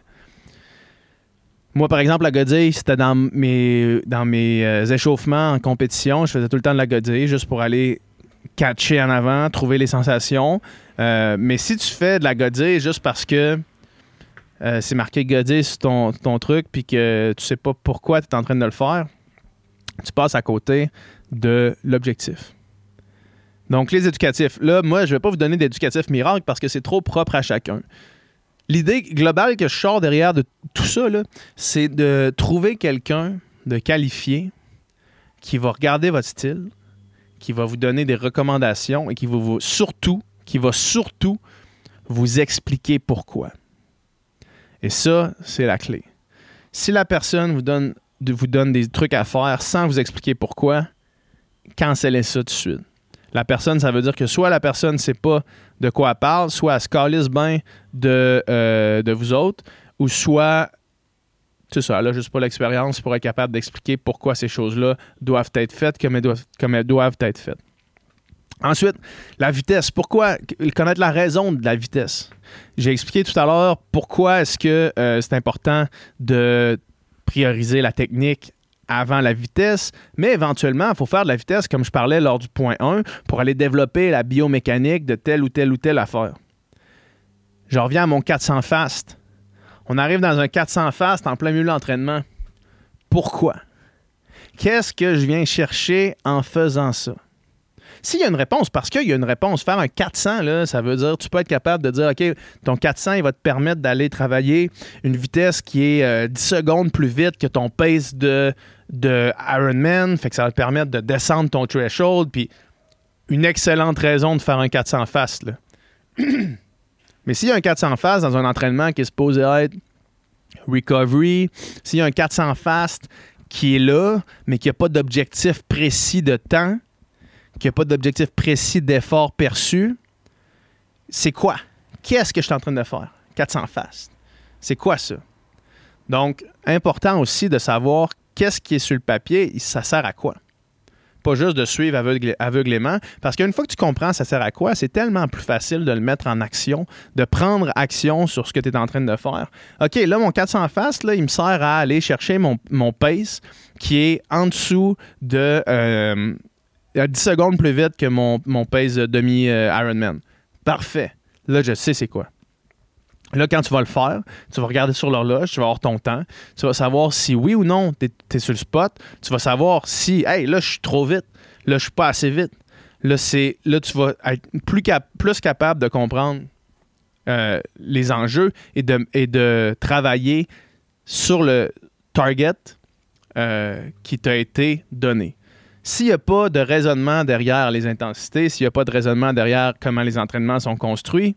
Speaker 1: Moi, par exemple, la godille, c'était dans mes, dans mes euh, échauffements en compétition. Je faisais tout le temps de la godille juste pour aller catcher en avant, trouver les sensations. Euh, mais si tu fais de la godille juste parce que euh, c'est marqué godille sur ton, ton truc puis que tu sais pas pourquoi tu es en train de le faire, tu passes à côté de l'objectif. Donc, les éducatifs. Là, moi, je ne vais pas vous donner d'éducatifs miracles parce que c'est trop propre à chacun. L'idée globale que je sors derrière de tout ça, là, c'est de trouver quelqu'un de qualifié qui va regarder votre style, qui va vous donner des recommandations et qui va vous, surtout, qui va surtout vous expliquer pourquoi. Et ça, c'est la clé. Si la personne vous donne, vous donne des trucs à faire sans vous expliquer pourquoi, cancellez ça tout de suite. La personne, ça veut dire que soit la personne ne sait pas de quoi elle parle, soit elle se calisse bien de, euh, de vous autres, ou soit, c'est ça, elle n'a juste pas l'expérience pour être capable d'expliquer pourquoi ces choses-là doivent être faites comme elles doivent, comme elles doivent être faites. Ensuite, la vitesse. Pourquoi? Connaître la raison de la vitesse. J'ai expliqué tout à l'heure pourquoi est-ce que euh, c'est important de prioriser la technique avant la vitesse, mais éventuellement, il faut faire de la vitesse, comme je parlais lors du point un, pour aller développer la biomécanique de telle ou telle ou telle affaire. Je reviens à mon quatre cents fast. On arrive dans un quatre cents fast en plein milieu de l'entraînement. Pourquoi? Qu'est-ce que je viens chercher en faisant ça? S'il y a une réponse, parce qu'il y a une réponse, faire un quatre cents, là, ça veut dire que tu peux être capable de dire, OK, ton quatre cents, il va te permettre d'aller travailler une vitesse qui est euh, dix secondes plus vite que ton pace de, de Ironman, fait que ça va te permettre de descendre ton threshold, puis une excellente raison de faire un quatre cents fast, là. Mais s'il y a un quatre cents fast dans un entraînement qui est supposé être recovery, s'il y a un quatre cents fast qui est là, mais qui n'a pas d'objectif précis de temps, qui n'a pas d'objectif précis d'effort perçu, c'est quoi? Qu'est-ce que je suis en train de faire? quatre cents fast. C'est quoi ça? Donc, important aussi de savoir qu'est-ce qui est sur le papier et ça sert à quoi? Pas juste de suivre aveugle, aveuglément, parce qu'une fois que tu comprends ça sert à quoi, c'est tellement plus facile de le mettre en action, de prendre action sur ce que tu es en train de faire. OK, là, mon quatre cents fast, là, il me sert à aller chercher mon, mon pace qui est en dessous de... Euh, à dix secondes plus vite que mon, mon pace demi-Ironman. Parfait. Là, je sais c'est quoi. Là, quand tu vas le faire, tu vas regarder sur l'horloge, tu vas avoir ton temps, tu vas savoir si oui ou non tu es sur le spot, tu vas savoir si, hey, là, je suis trop vite, là, je suis pas assez vite. Là, c'est, là tu vas être plus, cap- plus capable de comprendre euh, les enjeux et de, et de travailler sur le target euh, qui t'a été donné. S'il n'y a pas de raisonnement derrière les intensités, s'il n'y a pas de raisonnement derrière comment les entraînements sont construits,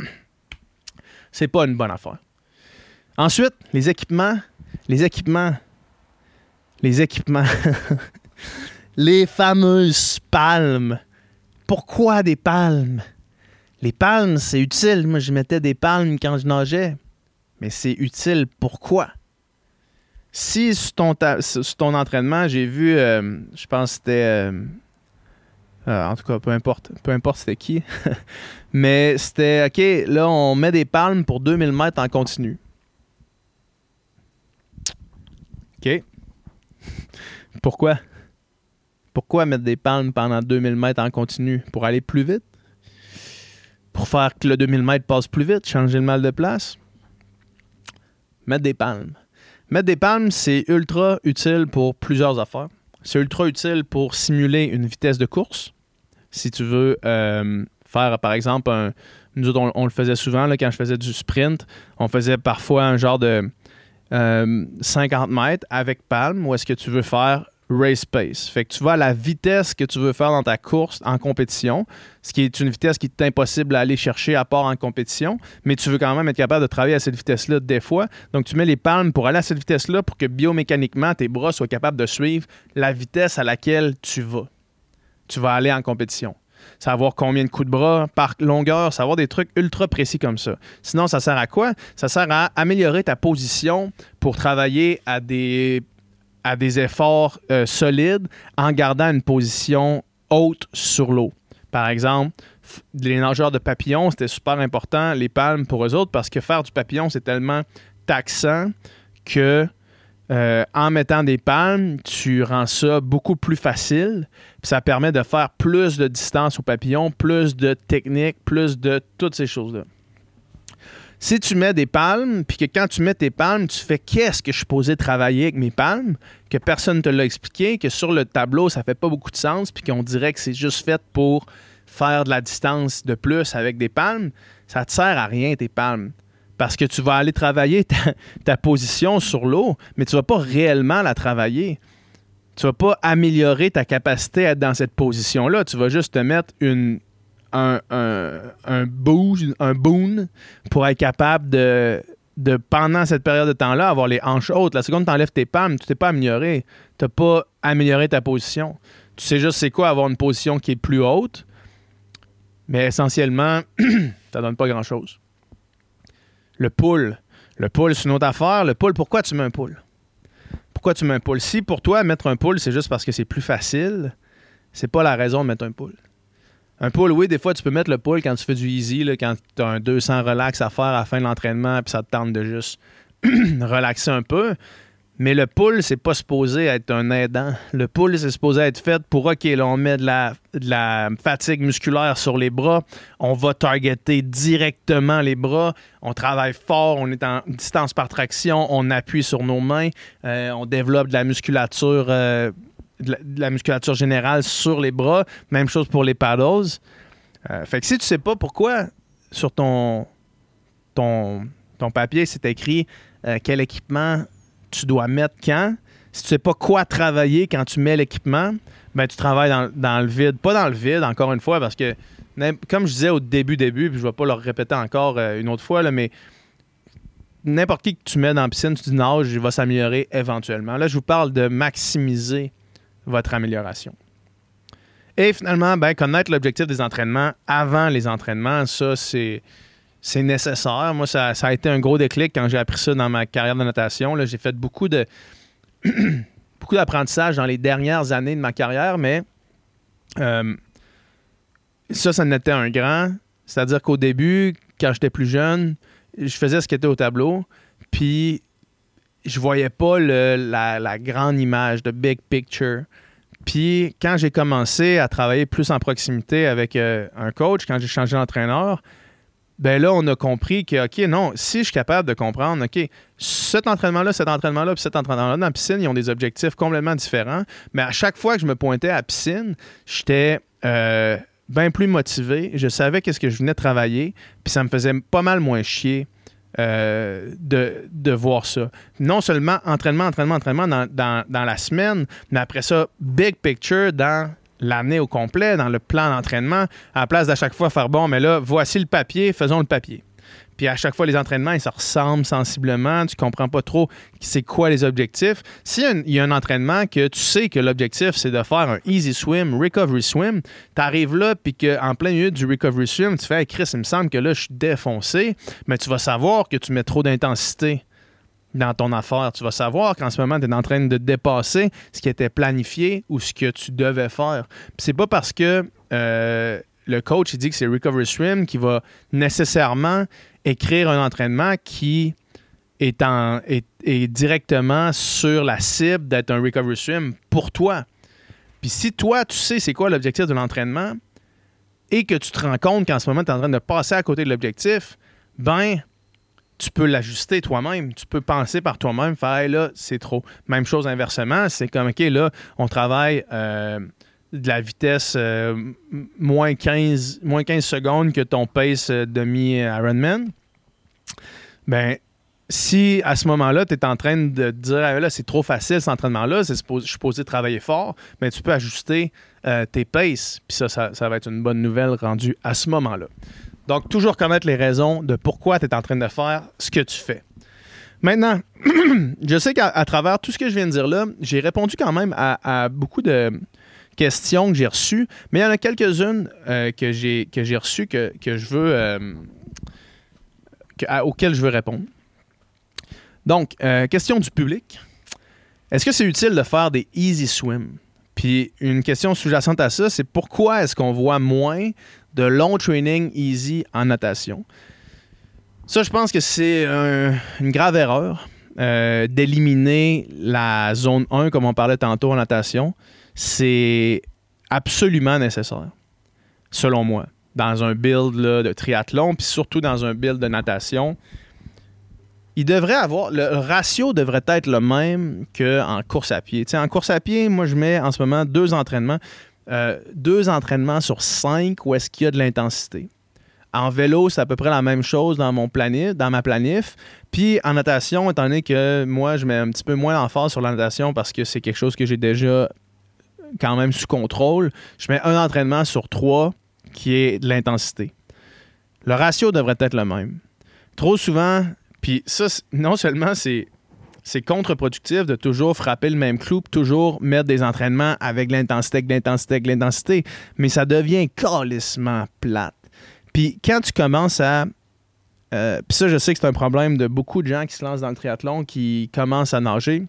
Speaker 1: c'est pas une bonne affaire. Ensuite, les équipements. Les équipements. Les équipements. Les fameuses palmes. Pourquoi des palmes? Les palmes, c'est utile. Moi, je mettais des palmes quand je nageais. Mais c'est utile pourquoi? Si sur ton, ta- sur ton entraînement, j'ai vu, euh, je pense que c'était, euh, euh, en tout cas, peu importe, peu importe c'était qui, mais c'était, OK, là, on met des palmes pour deux mille mètres en continu. OK. Pourquoi? Pourquoi mettre des palmes pendant deux mille mètres en continu? Pour aller plus vite? Pour faire que le deux mille mètres passe plus vite? Changer le mal de place? Mettre des palmes. Mettre des palmes, c'est ultra utile pour plusieurs affaires. C'est ultra utile pour simuler une vitesse de course. Si tu veux euh, faire, par exemple, un, nous autres, on, on le faisait souvent là, quand je faisais du sprint. On faisait parfois un genre de euh, cinquante mètres avec palme où est-ce que tu veux faire race pace. Fait que tu vas à la vitesse que tu veux faire dans ta course en compétition, ce qui est une vitesse qui est impossible à aller chercher à part en compétition, mais tu veux quand même être capable de travailler à cette vitesse-là des fois. Donc, tu mets les palmes pour aller à cette vitesse-là pour que biomécaniquement, tes bras soient capables de suivre la vitesse à laquelle tu vas. Tu vas aller en compétition. Savoir combien de coups de bras par longueur, savoir des trucs ultra précis comme ça. Sinon, ça sert à quoi? Ça sert à améliorer ta position pour travailler à des à des efforts euh, solides en gardant une position haute sur l'eau. Par exemple, f- les nageurs de papillon, c'était super important, les palmes pour eux autres, parce que faire du papillon, c'est tellement taxant que euh, en mettant des palmes, tu rends ça beaucoup plus facile. Puis ça permet de faire plus de distance au papillon, plus de technique, plus de toutes ces choses-là. Si tu mets des palmes, puis que quand tu mets tes palmes, tu fais qu'est-ce que je suis posé travailler avec mes palmes, que personne ne te l'a expliqué, que sur le tableau, ça fait pas beaucoup de sens, puis qu'on dirait que c'est juste fait pour faire de la distance de plus avec des palmes, ça te sert à rien, tes palmes. Parce que tu vas aller travailler ta, ta position sur l'eau, mais tu ne vas pas réellement la travailler. Tu ne vas pas améliorer ta capacité à être dans cette position-là. Tu vas juste te mettre une, un, un, un, boost, un boon pour être capable de, de, pendant cette période de temps-là, avoir les hanches hautes. La seconde, tu enlèves tes palmes, tu t'es pas amélioré. Tu n'as pas amélioré ta position. Tu sais juste c'est quoi avoir une position qui est plus haute, mais essentiellement, ça ne donne pas grand-chose. Le pull. Le pull, c'est une autre affaire. Le pull, pourquoi tu mets un pull? Pourquoi tu mets un pull? Si pour toi, mettre un pull, c'est juste parce que c'est plus facile, c'est pas la raison de mettre un pull. Un pull, oui, des fois, tu peux mettre le pull quand tu fais du easy, là, quand tu as un deux cents relax à faire à la fin de l'entraînement, puis ça te tente de juste relaxer un peu. Mais le pull, c'est pas supposé être un aidant. Le pull, c'est supposé être fait pour, OK, là, on met de la, de la fatigue musculaire sur les bras, on va targeter directement les bras, on travaille fort, on est en distance par traction, on appuie sur nos mains, euh, on développe de la musculature, euh, de, la, de la musculature générale sur les bras. Même chose pour les paddles. Euh, fait que si tu sais pas pourquoi sur ton, ton, ton papier, c'est écrit euh, quel équipement tu dois mettre quand. Si tu sais pas quoi travailler quand tu mets l'équipement, ben tu travailles dans, dans le vide. Pas dans le vide, encore une fois, parce que, comme je disais au début, début, puis je vais pas le répéter encore euh, une autre fois, là, mais n'importe qui que tu mets dans la piscine, tu dis nage, il va s'améliorer éventuellement. Là, je vous parle de maximiser votre amélioration. Et finalement, ben, connaître l'objectif des entraînements avant les entraînements, ça, c'est... C'est nécessaire. Moi, ça, ça a été un gros déclic quand j'ai appris ça dans ma carrière de natation. Là, j'ai fait beaucoup de beaucoup d'apprentissage dans les dernières années de ma carrière, mais euh, ça, ça en était un grand. C'est-à-dire qu'au début, quand j'étais plus jeune, je faisais ce qui était au tableau, puis je voyais pas le, la, la grande image, the big picture. Puis quand j'ai commencé à travailler plus en proximité avec euh, un coach, quand j'ai changé d'entraîneur, ben là, on a compris que, OK, non, si je suis capable de comprendre, OK, cet entraînement-là, cet entraînement-là, puis cet entraînement-là, dans la piscine, ils ont des objectifs complètement différents. Mais à chaque fois que je me pointais à la piscine, j'étais euh, bien plus motivé. Je savais qu'est-ce que je venais travailler, puis ça me faisait pas mal moins chier euh, de, de voir ça. Non seulement entraînement, entraînement, entraînement dans, dans, dans la semaine, mais après ça, big picture dans l'année au complet, dans le plan d'entraînement, à la place d'à chaque fois faire bon, mais là, voici le papier, faisons le papier. Puis à chaque fois, les entraînements, ils se ressemblent sensiblement, tu comprends pas trop c'est quoi les objectifs. S'il y a un, il y a un entraînement que tu sais que l'objectif, c'est de faire un easy swim, recovery swim, tu arrives là, puis qu'en plein milieu du recovery swim, tu fais hey, « Chris, il me semble que là, je suis défoncé », mais tu vas savoir que tu mets trop d'intensité dans ton affaire. Tu vas savoir qu'en ce moment, tu es en train de dépasser ce qui était planifié ou ce que tu devais faire. Puis c'est pas parce que euh, le coach il dit que c'est recovery swim qu'il va nécessairement écrire un entraînement qui est, en, est, est directement sur la cible d'être un recovery swim pour toi. Puis si toi, tu sais c'est quoi l'objectif de l'entraînement et que tu te rends compte qu'en ce moment, tu es en train de passer à côté de l'objectif, ben tu peux l'ajuster toi-même. Tu peux penser par toi-même, faire hey, là, c'est trop. Même chose inversement, c'est comme, OK, là, on travaille euh, de la vitesse euh, moins, quinze, moins quinze secondes que ton pace euh, demi-Ironman. Ben, si à ce moment-là, tu es en train de te dire, hey, là, c'est trop facile cet entraînement-là, c'est supposé, je suis supposé travailler fort, ben, tu peux ajuster euh, tes paces. Puis ça, ça, ça va être une bonne nouvelle rendue à ce moment-là. Donc, toujours connaître les raisons de pourquoi tu es en train de faire ce que tu fais. Maintenant, je sais qu'à à travers tout ce que je viens de dire là, j'ai répondu quand même à, à beaucoup de questions que j'ai reçues, mais il y en a quelques-unes euh, que j'ai que j'ai reçues que, que je veux euh, que, à, auxquelles je veux répondre. Donc, euh, question du public. Est-ce que c'est utile de faire des easy swim? Puis une question sous-jacente à ça, c'est pourquoi est-ce qu'on voit moins de long training easy en natation? Ça, je pense que c'est un, une grave erreur. euh, d'éliminer la zone un, comme on parlait tantôt en natation, c'est absolument nécessaire, selon moi, dans un build là, de triathlon, puis surtout dans un build de natation. Il devrait avoir, le ratio devrait être le même qu'en course à pied. T'sais, en course à pied, moi, je mets en ce moment deux entraînements. Euh, deux entraînements sur cinq où est-ce qu'il y a de l'intensité. En vélo, c'est à peu près la même chose dans mon planif, dans ma planif. Puis en natation, étant donné que moi, je mets un petit peu moins l'emphase sur la natation parce que c'est quelque chose que j'ai déjà quand même sous contrôle, je mets un entraînement sur trois qui est de l'intensité. Le ratio devrait être le même. Trop souvent... Puis ça, non seulement c'est, c'est contre-productif de toujours frapper le même clou, toujours mettre des entraînements avec de l'intensité, avec de l'intensité, avec de l'intensité, mais ça devient calissement plate. Puis quand tu commences à... Euh, puis ça, je sais que c'est un problème de beaucoup de gens qui se lancent dans le triathlon, qui commencent à nager,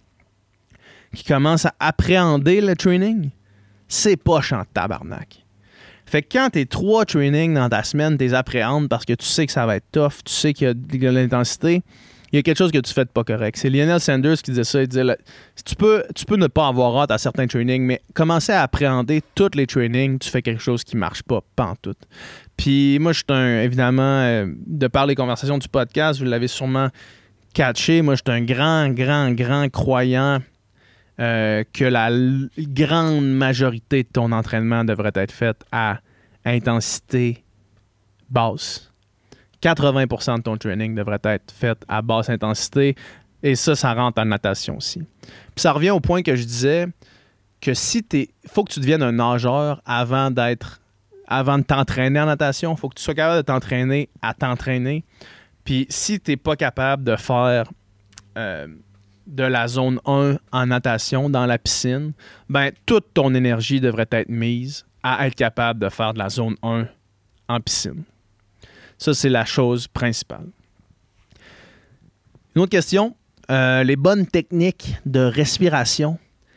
Speaker 1: qui commencent à appréhender le training. C'est poche en tabarnak. Fait que quand t'es trois trainings dans ta semaine, t'es appréhendes parce que tu sais que ça va être tough, tu sais qu'il y a de l'intensité, il y a quelque chose que tu fais de pas correct. C'est Lionel Sanders qui disait ça, il disait, là, tu peux, tu peux ne pas avoir hâte à certains trainings, mais commencer à appréhender tous les trainings, tu fais quelque chose qui marche pas, pantoute. Puis moi, je suis un, évidemment, euh, de par les conversations du podcast, vous l'avez sûrement catché, moi, je suis un grand, grand, grand croyant Euh, que la l- grande majorité de ton entraînement devrait être faite à intensité basse. quatre-vingts pour cent de ton training devrait être fait à basse intensité et ça, ça rentre en natation aussi. Puis ça revient au point que je disais que si t'es... Il faut que tu deviennes un nageur avant d'être... avant de t'entraîner en natation. Il faut que tu sois capable de t'entraîner à t'entraîner. Puis si t'es pas capable de faire... Euh, de la zone un en natation dans la piscine, ben toute ton énergie devrait être mise à être capable de faire de la zone un en piscine. Ça, c'est la chose principale. Une autre question, euh, les bonnes techniques de respiration.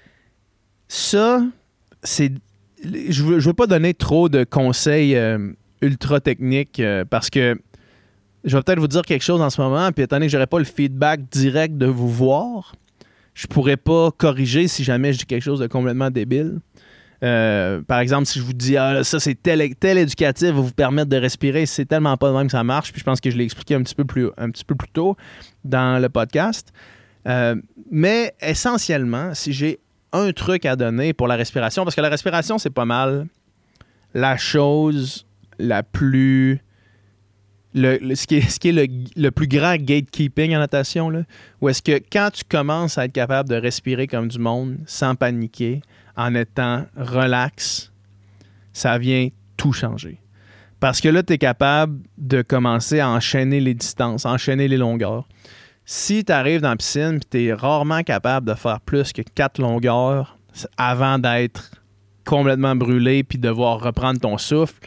Speaker 1: Ça, c'est... Je ne veux, je veux pas donner trop de conseils euh, ultra techniques euh, parce que je vais peut-être vous dire quelque chose en ce moment, puis étant donné que je n'aurai pas le feedback direct de vous voir, je ne pourrais pas corriger si jamais je dis quelque chose de complètement débile. Euh, par exemple, si je vous dis ah, ça, c'est tel, tel éducatif va vous permettre de respirer, c'est tellement pas de même que ça marche, puis je pense que je l'ai expliqué un petit peu plus, un petit peu plus tôt dans le podcast. Euh, mais essentiellement, si j'ai un truc à donner pour la respiration, parce que la respiration, c'est pas mal la chose la plus... Le, le, ce qui est, ce qui est le, le plus grand gatekeeping en natation, là, où est-ce que quand tu commences à être capable de respirer comme du monde, sans paniquer, en étant relax, ça vient tout changer. Parce que là, tu es capable de commencer à enchaîner les distances, enchaîner les longueurs. Si tu arrives dans la piscine et tu es rarement capable de faire plus que quatre longueurs avant d'être complètement brûlé puis devoir reprendre ton souffle,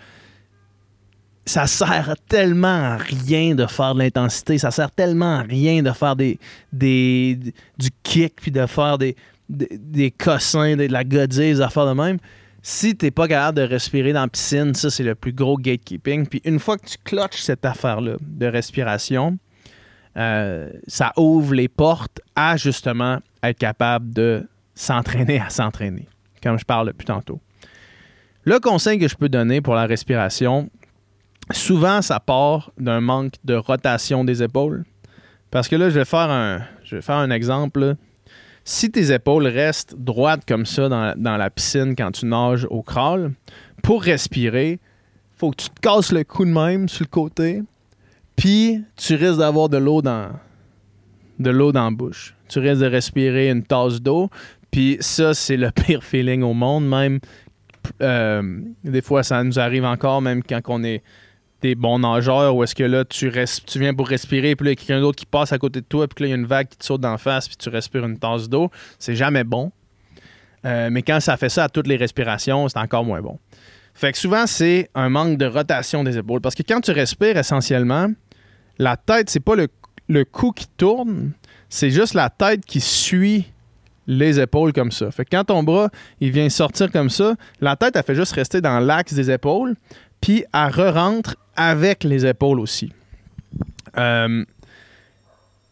Speaker 1: ça sert tellement à rien de faire de l'intensité, ça sert tellement à rien de faire des, des, du kick puis de faire des, des, des cossins, de la godise, des affaires de même. Si t'es pas capable de respirer dans la piscine, ça, c'est le plus gros gatekeeping. Puis une fois que tu clutches cette affaire-là de respiration, euh, ça ouvre les portes à, justement, être capable de s'entraîner à s'entraîner, comme je parle depuis tantôt. Le conseil que je peux donner pour la respiration, souvent, ça part d'un manque de rotation des épaules. Parce que là, je vais faire un, je vais faire un exemple, là. Si tes épaules restent droites comme ça dans, dans la piscine quand tu nages au crawl, pour respirer, il faut que tu te casses le cou de même sur le côté, puis tu risques d'avoir de l'eau dans, de l'eau dans la bouche. Tu risques de respirer une tasse d'eau, puis ça, c'est le pire feeling au monde. Même, euh, des fois, ça nous arrive encore, même quand on est des bons nageurs, où est-ce que là, tu, res- tu viens pour respirer, puis là, il y a quelqu'un d'autre qui passe à côté de toi, puis là, il y a une vague qui te saute d'en face, puis tu respires une tasse d'eau. C'est jamais bon. Euh, mais quand ça fait ça à toutes les respirations, c'est encore moins bon. Fait que souvent, c'est un manque de rotation des épaules. Parce que quand tu respires, essentiellement, la tête, c'est pas le, le cou qui tourne, c'est juste la tête qui suit les épaules comme ça. Fait que quand ton bras, il vient sortir comme ça, la tête, elle fait juste rester dans l'axe des épaules, puis elle re-rentre avec les épaules aussi. Euh,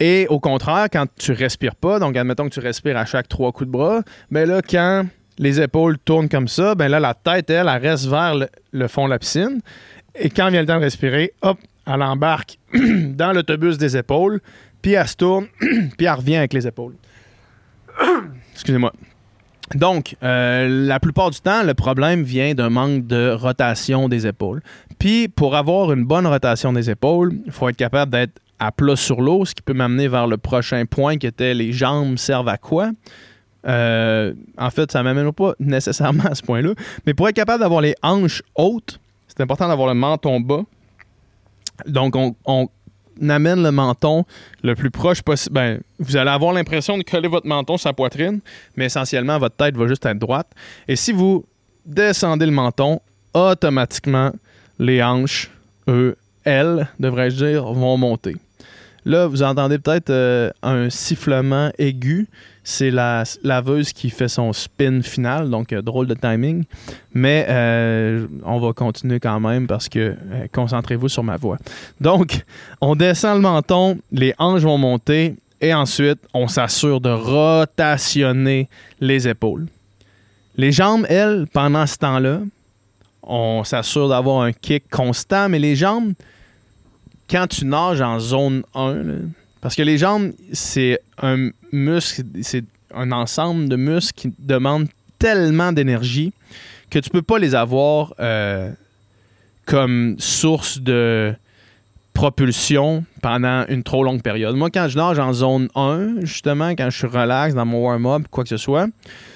Speaker 1: Et au contraire, quand tu respires pas, donc admettons que tu respires à chaque trois coups de bras, ben là, quand les épaules tournent comme ça, ben là, la tête, elle, elle reste vers le, le fond de la piscine. Et quand vient le temps de respirer, hop, elle embarque dans l'autobus des épaules, puis elle se tourne, puis elle revient avec les épaules. Excusez-moi. Donc, euh, la plupart du temps, le problème vient d'un manque de rotation des épaules. Puis, pour avoir une bonne rotation des épaules, il faut être capable d'être à plat sur l'eau, ce qui peut m'amener vers le prochain point qui était les jambes servent à quoi? Euh, en fait, ça ne m'amène pas nécessairement à ce point-là. Mais pour être capable d'avoir les hanches hautes, c'est important d'avoir le menton bas. Donc, on, on amène le menton le plus proche possible. Ben, vous allez avoir l'impression de coller votre menton sur la poitrine, mais essentiellement, votre tête va juste être droite. Et si vous descendez le menton, automatiquement, les hanches, eux, elles, devrais-je dire, vont monter. Là, vous entendez peut-être euh, un sifflement aigu. C'est la laveuse qui fait son spin final, donc euh, drôle de timing. Mais euh, on va continuer quand même parce que euh, concentrez-vous sur ma voix. Donc, on descend le menton, les hanches vont monter et ensuite, on s'assure de rotationner les épaules. Les jambes, elles, pendant ce temps-là, on s'assure d'avoir un kick constant, mais les jambes, quand tu nages en zone un, là, parce que les jambes, c'est un muscle, c'est un ensemble de muscles qui demandent tellement d'énergie que tu ne peux pas les avoir euh, comme source de propulsion pendant une trop longue période. Moi, quand je nage en zone un, justement, quand je suis relax dans mon warm-up, quoi que ce soit,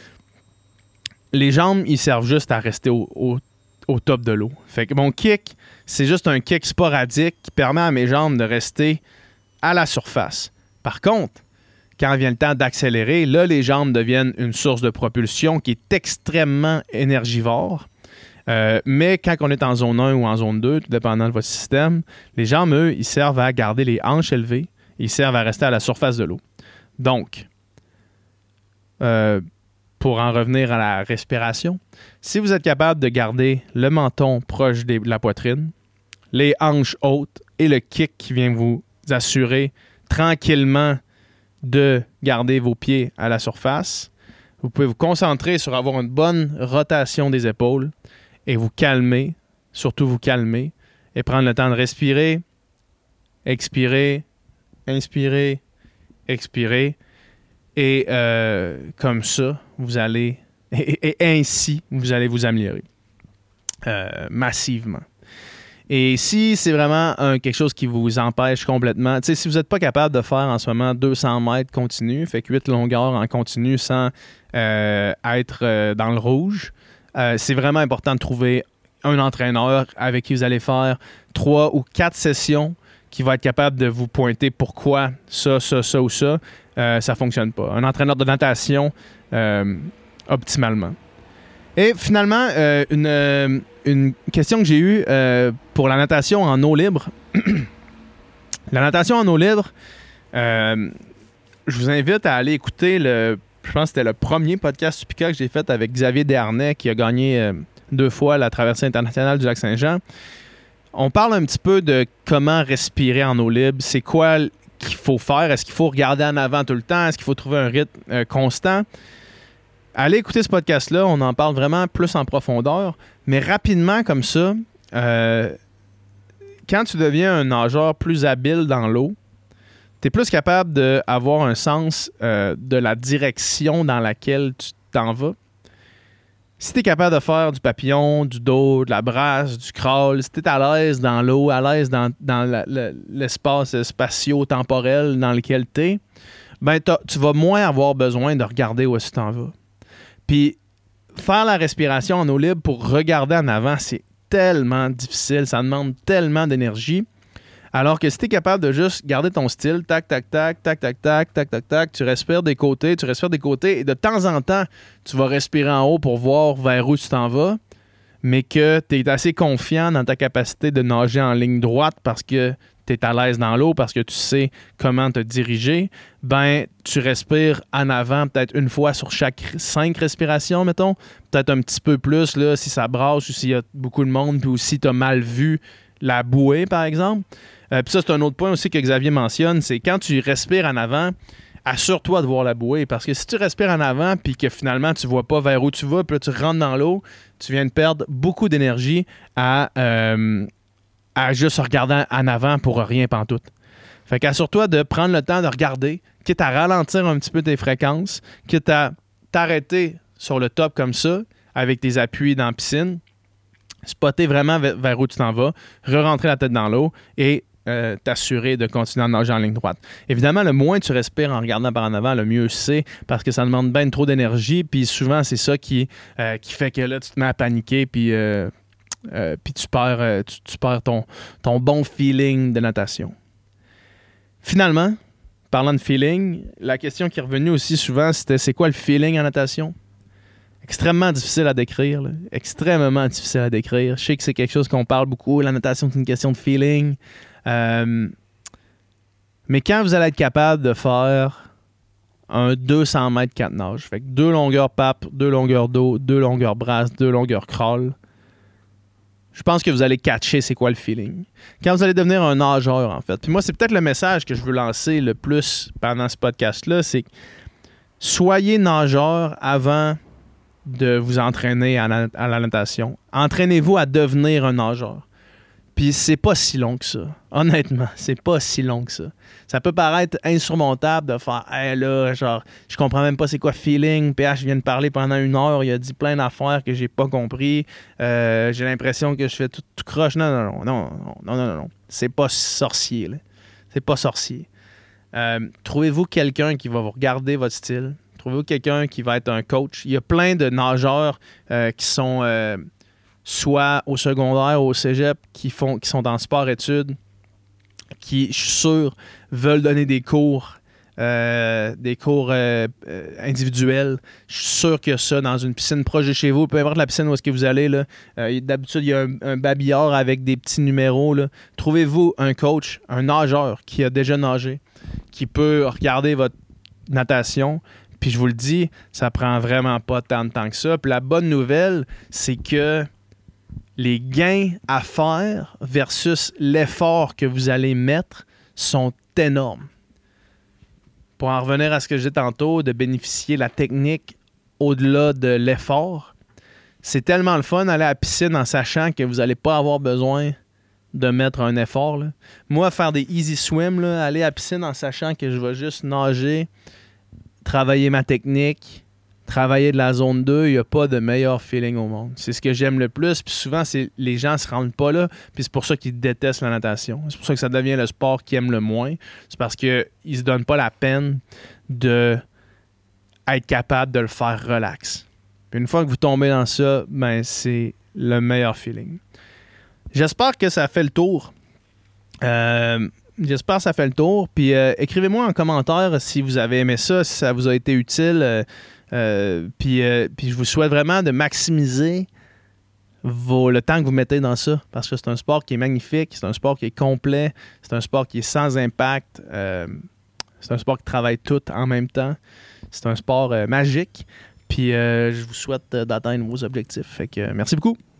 Speaker 1: les jambes, ils servent juste à rester au, au, au top de l'eau. Fait que mon kick, c'est juste un kick sporadique qui permet à mes jambes de rester à la surface. Par contre, quand vient le temps d'accélérer, là, les jambes deviennent une source de propulsion qui est extrêmement énergivore. Euh, mais quand on est en zone un ou en zone deux, tout dépendant de votre système, les jambes, eux, ils servent à garder les hanches élevées. Ils servent à rester à la surface de l'eau. Donc, euh, pour en revenir à la respiration, si vous êtes capable de garder le menton proche des, de la poitrine, les hanches hautes et le kick qui vient vous assurer tranquillement de garder vos pieds à la surface, vous pouvez vous concentrer sur avoir une bonne rotation des épaules et vous calmer, surtout vous calmer, et prendre le temps de respirer, expirer, inspirer, expirer. Et euh, comme ça, vous allez, et, et ainsi, vous allez vous améliorer euh, massivement. Et si c'est vraiment un, quelque chose qui vous empêche complètement, tu sais, si vous n'êtes pas capable de faire en ce moment deux cents mètres continu, fait que huit longueurs en continu sans euh, être euh, dans le rouge, euh, c'est vraiment important de trouver un entraîneur avec qui vous allez faire trois ou quatre sessions qui va être capable de vous pointer pourquoi ça, ça, ça ou ça, euh, ça ne fonctionne pas. Un entraîneur de natation euh, optimalement. Et finalement, euh, une, euh, une question que j'ai eue euh, pour la natation en eau libre. La natation en eau libre, euh, je vous invite à aller écouter le, je pense que c'était le premier podcast Tupica que j'ai fait avec Xavier Desharnais qui a gagné euh, deux fois la traversée internationale du lac Saint-Jean. On parle un petit peu de comment respirer en eau libre. C'est quoi qu'il faut faire? Est-ce qu'il faut regarder en avant tout le temps? Est-ce qu'il faut trouver un rythme euh, constant? Allez écouter ce podcast-là, on en parle vraiment plus en profondeur, mais rapidement comme ça, euh, quand tu deviens un nageur plus habile dans l'eau, tu es plus capable d'avoir un sens euh, de la direction dans laquelle tu t'en vas. Si tu es capable de faire du papillon, du dos, de la brasse, du crawl, si tu es à l'aise dans l'eau, à l'aise dans, dans la, la, l'espace spatio-temporel dans lequel tu es, ben tu vas moins avoir besoin de regarder où est-ce que tu t'en vas. Puis, faire la respiration en eau libre pour regarder en avant, c'est tellement difficile. Ça demande tellement d'énergie. Alors que si tu es capable de juste garder ton style, tac, tac, tac, tac, tac, tac, tac, tac, tac, tu respires des côtés, tu respires des côtés, et de temps en temps, tu vas respirer en haut pour voir vers où tu t'en vas, mais que tu es assez confiant dans ta capacité de nager en ligne droite parce que tu es à l'aise dans l'eau, parce que tu sais comment te diriger, ben tu respires en avant peut-être une fois sur chaque cinq respirations, mettons. Peut-être un petit peu plus là, si ça brasse ou s'il y a beaucoup de monde, puis aussi tu as mal vu la bouée, par exemple. Euh, Puis ça, c'est un autre point aussi que Xavier mentionne, c'est quand tu respires en avant, assure-toi de voir la bouée. Parce que si tu respires en avant puis que finalement, tu ne vois pas vers où tu vas, puis là, tu rentres dans l'eau, tu viens de perdre beaucoup d'énergie à, euh, à juste regarder en avant pour rien pantoute. Fait qu'assure-toi de prendre le temps de regarder, quitte à ralentir un petit peu tes fréquences, quitte à t'arrêter sur le top comme ça, avec tes appuis dans la piscine, spotter vraiment vers, vers où tu t'en vas, re-rentrer la tête dans l'eau et euh, t'assurer de continuer à nager en ligne droite. Évidemment, le moins tu respires en regardant par en avant, le mieux c'est, parce que ça demande bien trop d'énergie, puis souvent, c'est ça qui, euh, qui fait que là, tu te mets à paniquer, puis, euh, euh, puis tu perds, euh, tu, tu perds ton, ton bon feeling de natation. Finalement, parlant de feeling, la question qui est revenue aussi souvent, c'était c'est quoi le feeling en natation? Extrêmement difficile à décrire. Là. Extrêmement difficile à décrire. Je sais que c'est quelque chose qu'on parle beaucoup. La natation, c'est une question de feeling. Euh, mais quand vous allez être capable de faire un deux cents mètres quatre nages, fait que deux longueurs pape, deux longueurs dos, deux longueurs brasse, deux longueurs crawl, je pense que vous allez catcher c'est quoi le feeling. Quand vous allez devenir un nageur, en fait. Puis moi, c'est peut-être le message que je veux lancer le plus pendant ce podcast-là, c'est que soyez nageur avant de vous entraîner à la, à la natation. Entraînez-vous à devenir un nageur. Puis c'est pas si long que ça. Honnêtement, c'est pas si long que ça. Ça peut paraître insurmontable de faire « Hey là, genre, je comprends même pas c'est quoi feeling. P H vient de parler pendant une heure, il a dit plein d'affaires que j'ai pas compris. Euh, j'ai l'impression que je fais tout, tout croche. » Non, non, non, non, non, non, non, non. C'est pas sorcier, là. C'est pas sorcier. Euh, trouvez-vous quelqu'un qui va vous regarder votre style. Trouvez-vous quelqu'un qui va être un coach. Il y a plein de nageurs euh, qui sont... Euh, soit au secondaire ou au cégep, qui, font, qui sont en sport-études, qui, je suis sûr, veulent donner des cours, euh, des cours euh, euh, individuels. Je suis sûr qu'il y a ça dans une piscine proche de chez vous, peu importe la piscine où est-ce que vous allez. Là, euh, d'habitude, il y a un, un babillard avec des petits numéros. Là. Trouvez-vous un coach, un nageur qui a déjà nagé, qui peut regarder votre natation. Puis je vous le dis, ça prend vraiment pas tant de temps que ça. Puis la bonne nouvelle, c'est que les gains à faire versus l'effort que vous allez mettre sont énormes. Pour en revenir à ce que je disais tantôt, de bénéficier de la technique au-delà de l'effort, c'est tellement le fun d'aller à la piscine en sachant que vous n'allez pas avoir besoin de mettre un effort. Là. Moi, faire des easy swim, là, aller à la piscine en sachant que je vais juste nager, travailler ma technique, travailler de la zone deux, il n'y a pas de meilleur feeling au monde. C'est ce que j'aime le plus. Puis souvent, c'est, les gens ne se rendent pas là. Puis c'est pour ça qu'ils détestent la natation. C'est pour ça que ça devient le sport qu'ils aiment le moins. C'est parce qu'ils ne se donnent pas la peine d'être capable de le faire relax. Puis une fois que vous tombez dans ça, ben c'est le meilleur feeling. J'espère que ça fait le tour. Euh, j'espère que ça fait le tour. Puis euh, écrivez-moi en commentaire si vous avez aimé ça, si ça vous a été utile. Euh, Euh, puis, euh, puis je vous souhaite vraiment de maximiser vos, le temps que vous mettez dans ça, parce que c'est un sport qui est magnifique, c'est un sport qui est complet, c'est un sport qui est sans impact, euh, c'est un sport qui travaille tout en même temps, c'est un sport euh, magique, puis euh, je vous souhaite d'atteindre vos objectifs. Fait que, euh, merci beaucoup.